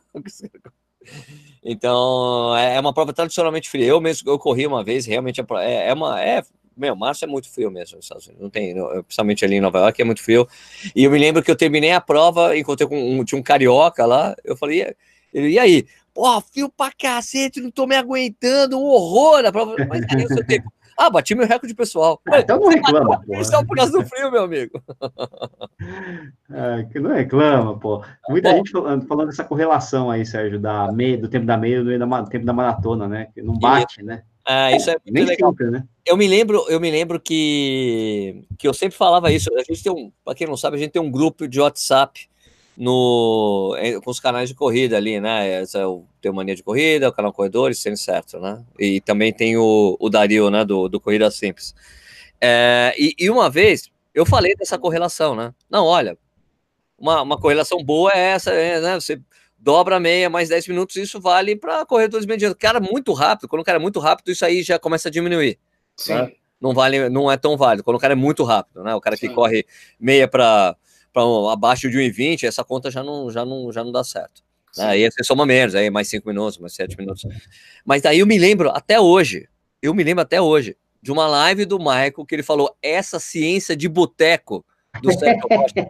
Então, é uma prova tradicionalmente fria. Eu mesmo, eu corri uma vez, realmente é, é uma... É, meu, março é muito frio mesmo nos Estados Unidos. Não tem, principalmente ali em Nova York, é muito frio. E eu me lembro que eu terminei a prova, encontrei com um, tinha um carioca lá, eu falei, ele, e aí? Pô, frio pra cacete, não tô me aguentando, um horror a prova. Mas aí o seu tempo. Ah, bati meu recorde pessoal. Ah, então não reclama, pô. Só por causa do frio, meu amigo. Ah, que não reclama, pô. Muita bom, gente falando, falando dessa correlação aí, Sérgio, da meia, do tempo da meia e do tempo da maratona, né? Que não bate, né? Ah, isso é muito Nem legal. Sempre, né? Eu me lembro, eu me lembro que, que eu sempre falava isso. A gente tem um, para quem não sabe, a gente tem um grupo de WhatsApp no, com os canais de corrida ali, né? Esse é o Teu Mania de Corrida, o canal Corredores, sendo certo, né? E também tem o, o Dario, né? Do, do Corrida Simples. É, e, e uma vez eu falei dessa correlação, né? Não, olha, uma, uma correlação boa é essa, é, né? Você dobra a meia, mais dez minutos, isso vale para corredores medianos. Cara, muito rápido, quando o cara é muito rápido, isso aí já começa a diminuir. Sim. Né? Não vale, não é tão válido. Quando o cara é muito rápido, né? O cara Sim. que corre meia para abaixo de um e vinte, essa conta já não, já não, já não dá certo. Né? Aí você soma menos, aí mais cinco minutos, mais sete minutos. Mas daí eu me lembro, até hoje, eu me lembro até hoje, de uma live do Michael, que ele falou, essa ciência de boteco do Sérgio Rocha.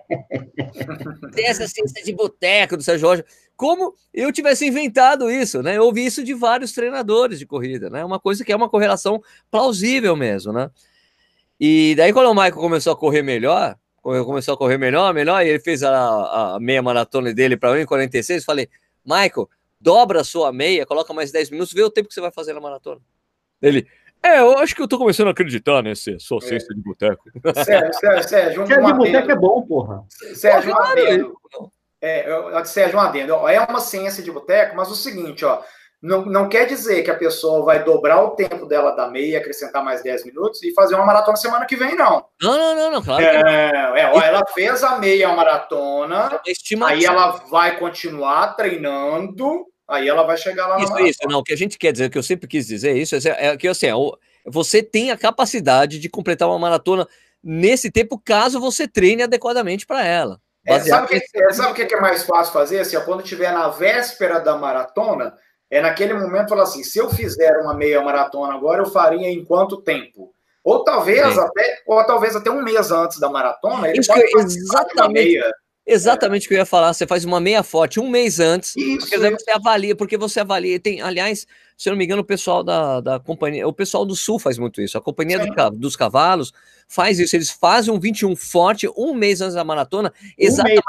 Essa ciência de boteco do Sérgio Rocha. Como eu tivesse inventado isso, né? Eu ouvi isso de vários treinadores de corrida, né? Uma coisa que é uma correlação plausível mesmo, né? E daí quando o Michael começou a correr melhor, começou a correr melhor, melhor, e ele fez a, a meia maratona dele para um e quarenta e seis, falei, Michael, dobra a sua meia, coloca mais dez minutos, vê o tempo que você vai fazer na maratona. Ele, é, eu acho que eu tô começando a acreditar nesse sua ciência é. de boteco. Sérgio, Sérgio, Sérgio, um ciência de boteco é bom, porra. Sérgio, um adendo. É, eu, Sérgio, um adendo. É uma ciência de boteco, mas o seguinte, ó, não, não quer dizer que a pessoa vai dobrar o tempo dela da meia, acrescentar mais dez minutos e fazer uma maratona semana que vem, não. Não, não, não, não claro. É, que... é ó, ela fez a meia maratona, aí ela vai continuar treinando, aí ela vai chegar lá isso, na Isso, não, o que a gente quer dizer, o que eu sempre quis dizer, isso é que assim, você tem a capacidade de completar uma maratona nesse tempo, caso você treine adequadamente para ela. É, sabe o que, é, sabe que é mais fácil fazer? Assim, ó, quando estiver na véspera da maratona, é naquele momento falar assim, se eu fizer uma meia maratona agora, eu faria em quanto tempo? Ou talvez Sim. até, ou talvez até um mês antes da maratona, ele Isso pode que, exatamente. Meia. Exatamente o é. que eu ia falar, você faz uma meia forte um mês antes, isso, porque daí você avalia, porque você avalia, tem, aliás, se eu não me engano, o pessoal da, da companhia, o pessoal do Sul faz muito isso, a companhia do, dos cavalos faz isso, eles fazem um vinte e um forte um mês antes da maratona, exatamente, um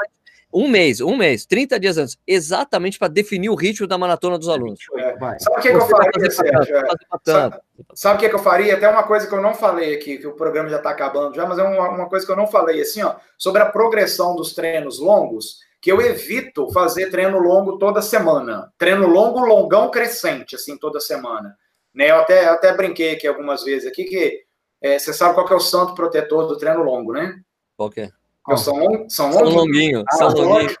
Um mês, um mês, trinta dias antes, exatamente para definir o ritmo da maratona dos alunos. É. Sabe o que, que eu faria, Sérgio? É. Sabe, sabe o que, que eu faria? Até uma coisa que eu não falei aqui, que o programa já está acabando já, mas é uma, uma coisa que eu não falei, assim, ó, sobre a progressão dos treinos longos, que eu evito fazer treino longo toda semana. Treino longo, longão, crescente, assim, toda semana. Né? Eu até, eu até brinquei aqui algumas vezes aqui, que é, você sabe qual que é o santo protetor do treino longo, né? Qual que é? Oh. São, são, são longuinho. Ah, são longuinho.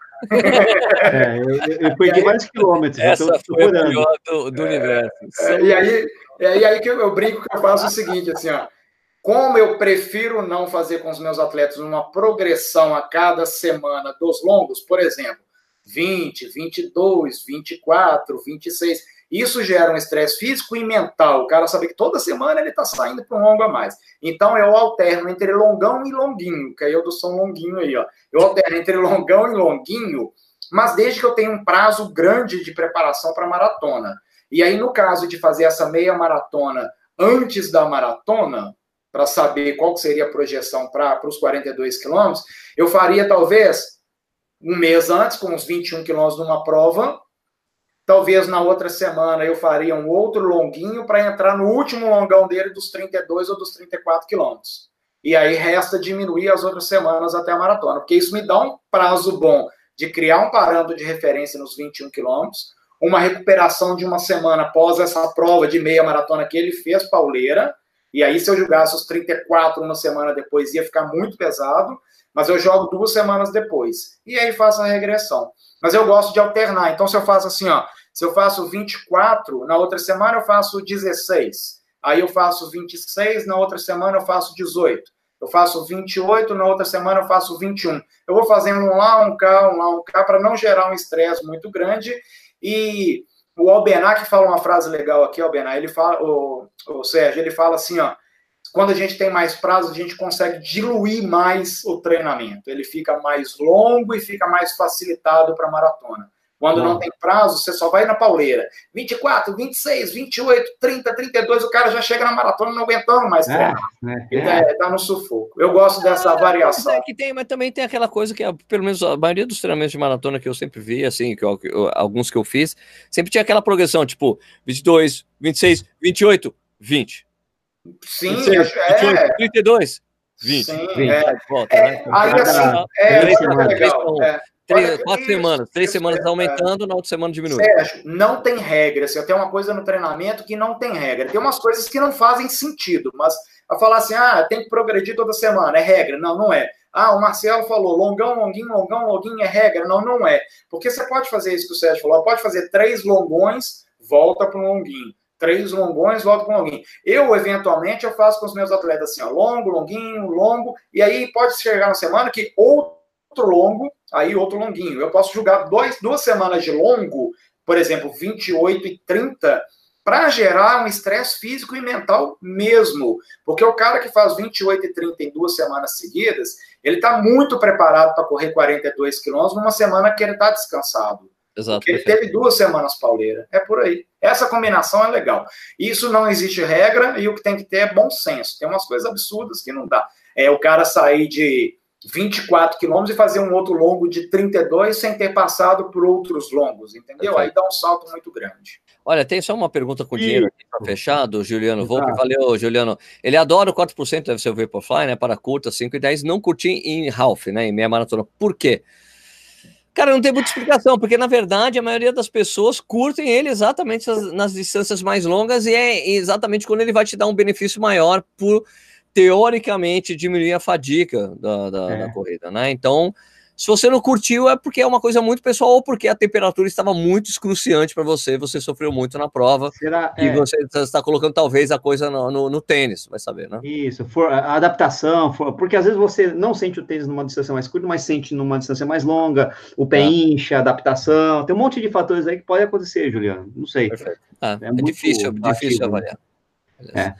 É, eu, eu perdi aí, vários quilômetros. Essa foi a melhor do, do é, universo. É, e aí, e aí, aí que eu, eu brinco que eu faço o seguinte, assim, ó. Como eu prefiro não fazer com os meus atletas uma progressão a cada semana dos longos, por exemplo, vinte, vinte e dois, vinte e quatro, vinte e seis... Isso gera um estresse físico e mental. O cara sabe que toda semana ele está saindo para um longo a mais. Então, eu alterno entre longão e longuinho, que aí eu dou só um longuinho aí, ó. Eu alterno entre longão e longuinho, mas desde que eu tenha um prazo grande de preparação para a maratona. E aí, no caso de fazer essa meia maratona antes da maratona, para saber qual seria a projeção para os quarenta e dois quilômetros, eu faria, talvez, um mês antes, com uns vinte e um quilômetros numa prova. Talvez na outra semana eu faria um outro longuinho para entrar no último longão dele dos trinta e dois ou dos trinta e quatro quilômetros. E aí resta diminuir as outras semanas até a maratona, porque isso me dá um prazo bom de criar um parâmetro de referência nos vinte e um quilômetros, uma recuperação de uma semana após essa prova de meia maratona que ele fez pauleira, e aí se eu jogasse os trinta e quatro uma semana depois ia ficar muito pesado, mas eu jogo duas semanas depois. E aí faço a regressão. Mas eu gosto de alternar, então se eu faço assim, ó, se eu faço vinte e quatro, na outra semana eu faço dezesseis. Aí eu faço vinte e seis, na outra semana eu faço dezoito. Eu faço vinte e oito, na outra semana eu faço vinte e um. Eu vou fazendo um lá, um cá, um lá, um cá, para não gerar um estresse muito grande. E o Albenar, que fala uma frase legal aqui, Albenar, ele fala, o, o Sérgio, ele fala assim, ó, quando a gente tem mais prazo, a gente consegue diluir mais o treinamento. Ele fica mais longo e fica mais facilitado para a maratona. Quando não. não tem prazo, você só vai na pauleira. vinte e quatro, vinte e seis, vinte e oito, trinta, trinta e dois, o cara já chega na maratona não aguentando mais treinar. É, é, Ele é. Tá, tá no sufoco. Eu gosto dessa é, variação. É que tem, mas também tem aquela coisa que, pelo menos a maioria dos treinamentos de maratona que eu sempre vi, assim, que eu, que eu, alguns que eu fiz, sempre tinha aquela progressão, tipo, vinte e dois, vinte e seis, vinte e oito, vinte. Sim, vinte e seis, é. vinte e oito, trinta e dois, vinte. Sim, vinte, é. volta, é, né? Aí, assim, é, três, é legal. É. Três, quatro isso, semanas, três isso, semanas é, aumentando, na outra semana diminui. Sérgio, não tem regra. Assim, tem uma coisa no treinamento que não tem regra. Tem umas coisas que não fazem sentido, mas a falar assim, ah, tem que progredir toda semana, é regra. Não, não é. Ah, o Marcelo falou, longão, longuinho, longão, longuinho é regra. Não, não é. Porque você pode fazer isso que o Sérgio falou, pode fazer três longões, volta para um longuinho. Três longões, volta para um longuinho. Eu, eventualmente, eu faço com os meus atletas assim, ó, longo, longuinho, longo, e aí pode chegar na semana que ou outro longo, aí outro longuinho. Eu posso jogar dois, duas semanas de longo, por exemplo, vinte e oito e trinta, para gerar um estresse físico e mental mesmo. Porque o cara que faz vinte e oito e trinta em duas semanas seguidas, ele está muito preparado para correr quarenta e dois quilômetros numa semana que ele está descansado. Exato. Porque ele teve duas semanas pauleira. É por aí. Essa combinação é legal. Isso não existe regra e o que tem que ter é bom senso. Tem umas coisas absurdas que não dá. É o cara sair de vinte e quatro quilômetros e fazer um outro longo de trinta e dois sem ter passado por outros longos, entendeu? Perfeito. Aí dá um salto muito grande. Olha, tem só uma pergunta com dinheiro aqui para fechar, do Juliano Volpe. Valeu, Juliano. Ele adora o quatro por cento, deve ser o Vaporfly, né? Para curta, cinco e dez, não curtir em half, né? Em meia maratona. Por quê? Cara, não tem muita explicação, porque na verdade a maioria das pessoas curtem ele exatamente nas, nas distâncias mais longas e é exatamente quando ele vai te dar um benefício maior por, teoricamente, diminuir a fadiga da, da, é. da corrida, né? Então, se você não curtiu é porque é uma coisa muito pessoal ou porque a temperatura estava muito excruciante para você, você sofreu muito na prova. Será, e é. você está colocando talvez a coisa no, no, no tênis, vai saber, né? Isso, for, a adaptação, for, porque às vezes você não sente o tênis numa distância mais curta, mas sente numa distância mais longa, o pé é. incha, adaptação, tem um monte de fatores aí que pode acontecer, Juliano, não sei. Perfeito. Ah, é, é difícil, ativo, difícil avaliar. É.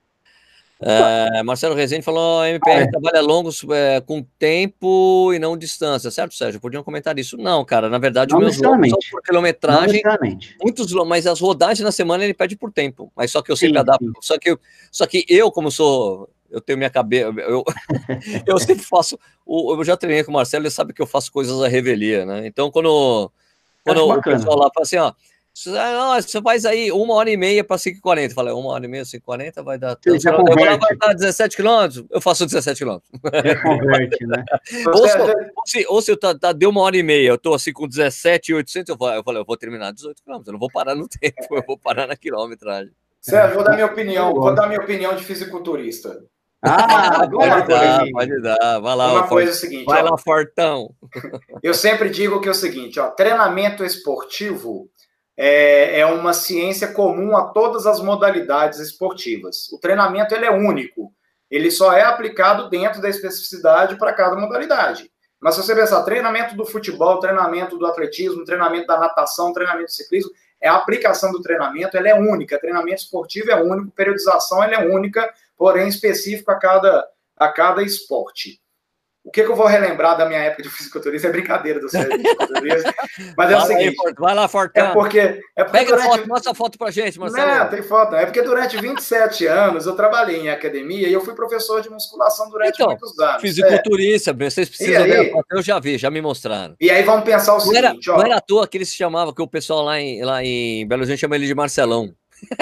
Uh, Marcelo Rezende falou, M P R é. trabalha longos é, com tempo e não distância, certo, Sérgio? Podiam comentar isso? Não, cara, na verdade, não meus longos são por quilometragem, muitos, mas as rodagens na semana ele pede por tempo, mas só que eu sempre sim, adapto, sim. Só, que eu, só que eu, como sou Eu tenho minha cabeça. Eu, eu sempre faço. Eu já treinei com o Marcelo, ele sabe que eu faço coisas à revelia, né? Então, quando, quando o pessoal lá fala assim, ó. Você faz aí uma hora e meia para cinco e quarenta. Eu falei, uma hora e meia, cinco e quarenta vai dar. Você já converte. Vai dar dezessete quilômetros. Eu faço dezessete quilômetros. Já converte, né? Ou se, ou se, ou se eu tá, tá, deu uma hora e meia, eu tô assim com dezessete mil e oitocentos, eu falei, eu, falei, eu vou terminar dezoito quilômetros. Eu não vou parar no tempo, eu vou parar na quilometragem. Sérgio, vou dar minha opinião, vou dar minha opinião de fisiculturista. Ah, pode dar, pode dar. Vai lá, uma coisa é o seguinte, vai ó, lá, Fortão. Eu sempre digo que é o seguinte, ó, treinamento esportivo é, é uma ciência comum a todas as modalidades esportivas. O treinamento ele é único, ele só é aplicado dentro da especificidade para cada modalidade. Mas se você pensar, treinamento do futebol, treinamento do atletismo, treinamento da natação, treinamento do ciclismo, é a aplicação do treinamento, ela é única. Treinamento esportivo é único, periodização ela é única, porém específico a cada, a cada esporte. O que, que eu vou relembrar da minha época de fisiculturista é brincadeira do Sérgio de fisiculturista, mas é o seguinte... Aí, vai lá, Fortão. É porque, é porque Pega durante... a foto, mostra a foto pra gente, Marcelo. Não, tem foto. É porque durante vinte e sete anos eu trabalhei em academia e eu fui professor de musculação durante então, muitos anos. Fisiculturista, é. Vocês precisam ver a foto, eu já vi, já me mostraram. E aí vamos pensar o não seguinte, era, ó... Não era à toa que ele se chamava, que o pessoal lá em, lá em Belo Horizonte chama ele de Marcelão.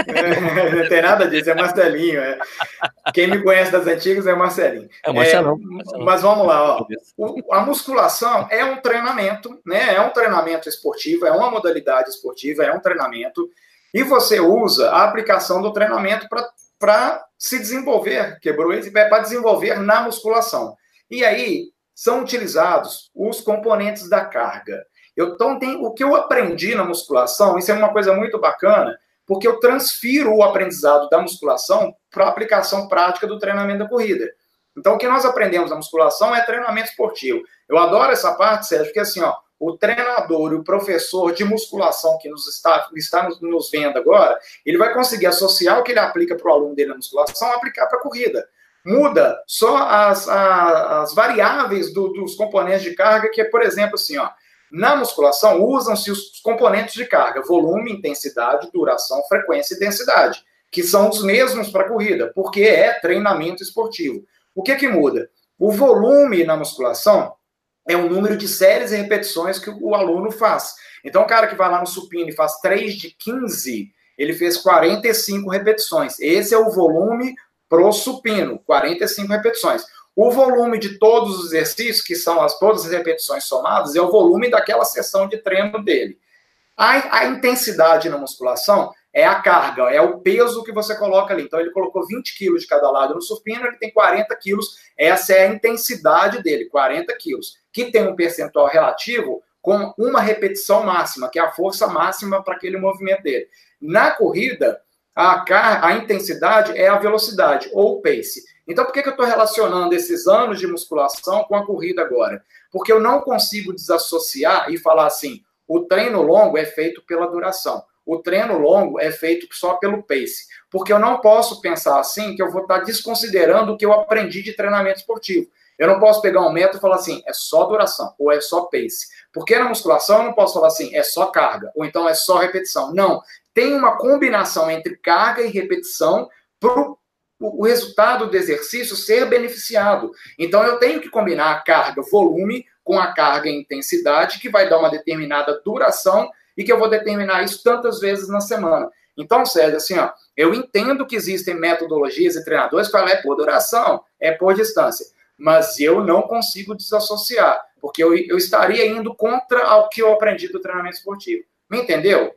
É, não tem nada disso, é Marcelinho. É. Quem me conhece das antigas é Marcelinho. É Marcelão, é, Marcelão. Mas vamos lá, ó. O, a musculação é um treinamento, né? É um treinamento esportivo, é uma modalidade esportiva, é um treinamento, e você usa a aplicação do treinamento para se desenvolver, quebrou esse pé, para desenvolver na musculação. E aí são utilizados os componentes da carga. Eu, então, tem, o que eu aprendi na musculação, isso é uma coisa muito bacana, porque eu transfiro o aprendizado da musculação para a aplicação prática do treinamento da corrida. Então, o que nós aprendemos na musculação é treinamento esportivo. Eu adoro essa parte, Sérgio, porque assim, ó, o treinador e o professor de musculação que nos está, está nos, nos vendo agora, ele vai conseguir associar o que ele aplica para o aluno dele na musculação, aplicar para a corrida. Muda só as, a, as variáveis do, dos componentes de carga, que é, por exemplo, assim, ó, na musculação, usam-se os componentes de carga, volume, intensidade, duração, frequência e densidade, que são os mesmos para a corrida, porque é treinamento esportivo. O que que muda? O volume na musculação é o número de séries e repetições que o aluno faz. Então, o cara que vai lá no supino e faz três de quinze, ele fez quarenta e cinco repetições. Esse é o volume pro supino, quarenta e cinco repetições. O volume de todos os exercícios, que são as, todas as repetições somadas, é o volume daquela sessão de treino dele. A, a intensidade na musculação é a carga, é o peso que você coloca ali. Então, ele colocou vinte quilos de cada lado no supino, ele tem quarenta quilos. Essa é a intensidade dele, quarenta quilos, que tem um percentual relativo com uma repetição máxima, que é a força máxima para aquele movimento dele. Na corrida, a, car a intensidade é a velocidade, ou o pace. Então, por que, que eu estou relacionando esses anos de musculação com a corrida agora? Porque eu não consigo desassociar e falar assim, o treino longo é feito pela duração, o treino longo é feito só pelo pace. Porque eu não posso pensar assim que eu vou estar desconsiderando o que eu aprendi de treinamento esportivo. Eu não posso pegar um método e falar assim, é só duração, ou é só pace. Porque na musculação eu não posso falar assim, é só carga, ou então é só repetição. Não, tem uma combinação entre carga e repetição para o resultado do exercício ser beneficiado. Então, eu tenho que combinar a carga volume com a carga intensidade, que vai dar uma determinada duração e que eu vou determinar isso tantas vezes na semana. Então, Sérgio, assim, ó, eu entendo que existem metodologias e treinadores que falam é por duração, é por distância, mas eu não consigo desassociar, porque eu, eu estaria indo contra o que eu aprendi do treinamento esportivo. Me entendeu?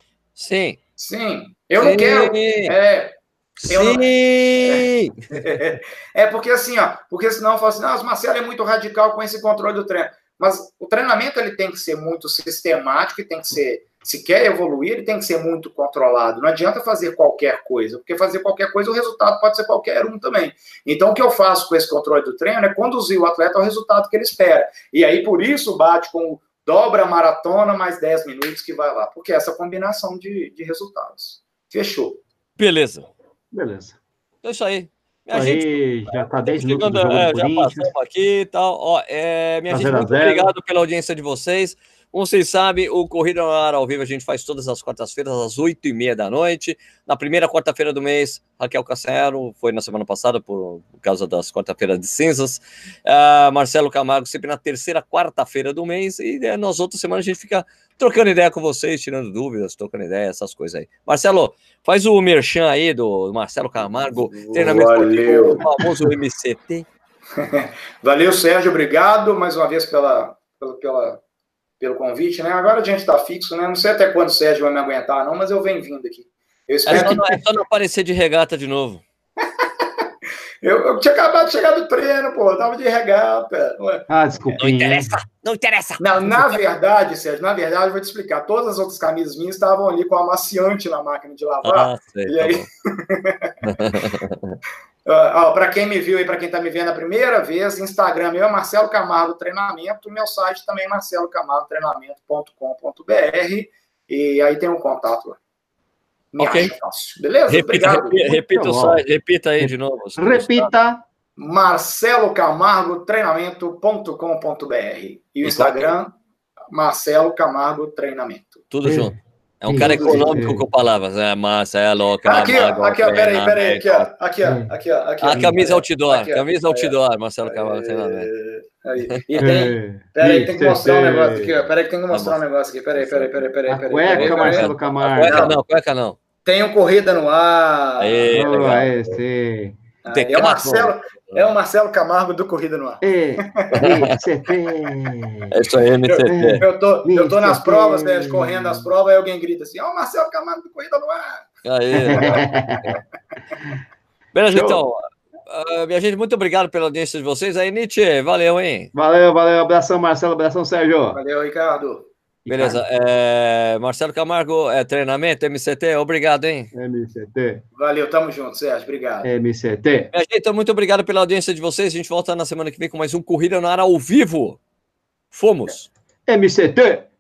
Sim. Sim. Eu Sim. não quero... É, Eu Sim! não... é, é porque assim, ó, porque senão eu falo assim, não, o Marcelo é muito radical com esse controle do treino. Mas o treinamento ele tem que ser muito sistemático, e tem que ser, se quer evoluir, ele tem que ser muito controlado. Não adianta fazer qualquer coisa, porque fazer qualquer coisa, o resultado pode ser qualquer um também. Então, o que eu faço com esse controle do treino é conduzir o atleta ao resultado que ele espera. E aí, por isso, bate com dobra a maratona mais dez minutos que vai lá, porque é essa combinação de, de resultados. Fechou. Beleza. Beleza. É isso aí. Minha aí gente, já está dez minutos do jogo é, do já Corinthians. passamos aqui e tal. Ó, é, minha Tá gente, zero a muito zero. obrigado pela audiência de vocês. Como vocês sabem, o Corrida no Ar ao vivo a gente faz todas as quartas-feiras, às oito e meia da noite. Na primeira quarta-feira do mês, Raquel Cassero, foi na semana passada, por, por causa das quarta-feiras de cinzas. Uh, Marcelo Camargo, sempre na terceira quarta-feira do mês. E né, nas outras semanas a gente fica trocando ideia com vocês, tirando dúvidas, trocando ideia, essas coisas aí. Marcelo, faz o merchan aí do Marcelo Camargo, treinamento Valeu. o famoso M C T. Valeu, Sérgio, obrigado mais uma vez pela, pela, pela, pelo convite, né? Agora a gente está fixo, né? Não sei até quando o Sérgio vai me aguentar, não, mas eu venho vindo aqui. Eu espero é, só que... não, é só não aparecer de regata de novo. eu, eu tinha acabado de chegar do treino, pô, eu tava de regata. Ah, desculpa. Não interessa, não interessa. Não, na verdade, Sérgio, na verdade, eu vou te explicar. Todas as outras camisas minhas estavam ali com amaciante na máquina de lavar. Ah, sei, e tá aí... Uh, para quem me viu e para quem está me vendo a primeira vez, Instagram meu é Marcelo Camargo Treinamento, meu site também é marcelo camargo treinamento ponto com ponto b r e aí tem um contato lá. Me ok. acha fácil. Beleza? Repita, Obrigado. repita, repita o site, repita aí de novo. Repita. marcelo camargo treinamento ponto com ponto b r e o Instagram, Marcelo Camargo Treinamento. Tudo É. junto. É um cara econômico com palavras, né? Marcelo Aqui, Camargo. ó, aqui, ó, peraí, peraí, aqui, ó, aqui, ó, aqui, ó, aqui, ó. A camisa outdoor, Aqui, ó. camisa outdoor, Marcelo Camargo Treinamento. Aí. E tem, peraí, tem que mostrar um negócio aqui, ó. Peraí, que tem que mostrar um negócio aqui. Peraí, peraí, peraí, peraí, A peraí. cueca, peraí, Marcelo peraí. Camargo. Cueca não, cueca não. Tem um Corrida no Ar. Aê, Oh, legal. é, sim. Aí, é o Marcelo, é o Marcelo Camargo do Corrida no Ar. É, M C T. É isso aí, M C T. Eu tô, eu tô nas M C T. provas, né, correndo as provas, aí alguém grita assim, ó, o Marcelo Camargo do Corrida no Ar. Aê, legal. Beleza, Show. então. Uh, minha gente, muito obrigado pela audiência de vocês. Aí, Nietzsche, valeu, hein? Valeu, valeu. Abração, Marcelo. Abração, Sérgio. Valeu, Ricardo. Beleza. É, Marcelo Camargo, é, treinamento, M C T, obrigado, hein? M C T. Valeu, tamo junto, Sérgio, obrigado. M C T. Minha gente, então, muito obrigado pela audiência de vocês. A gente volta na semana que vem com mais um Corrida no Ar ao vivo. Fomos! M C T.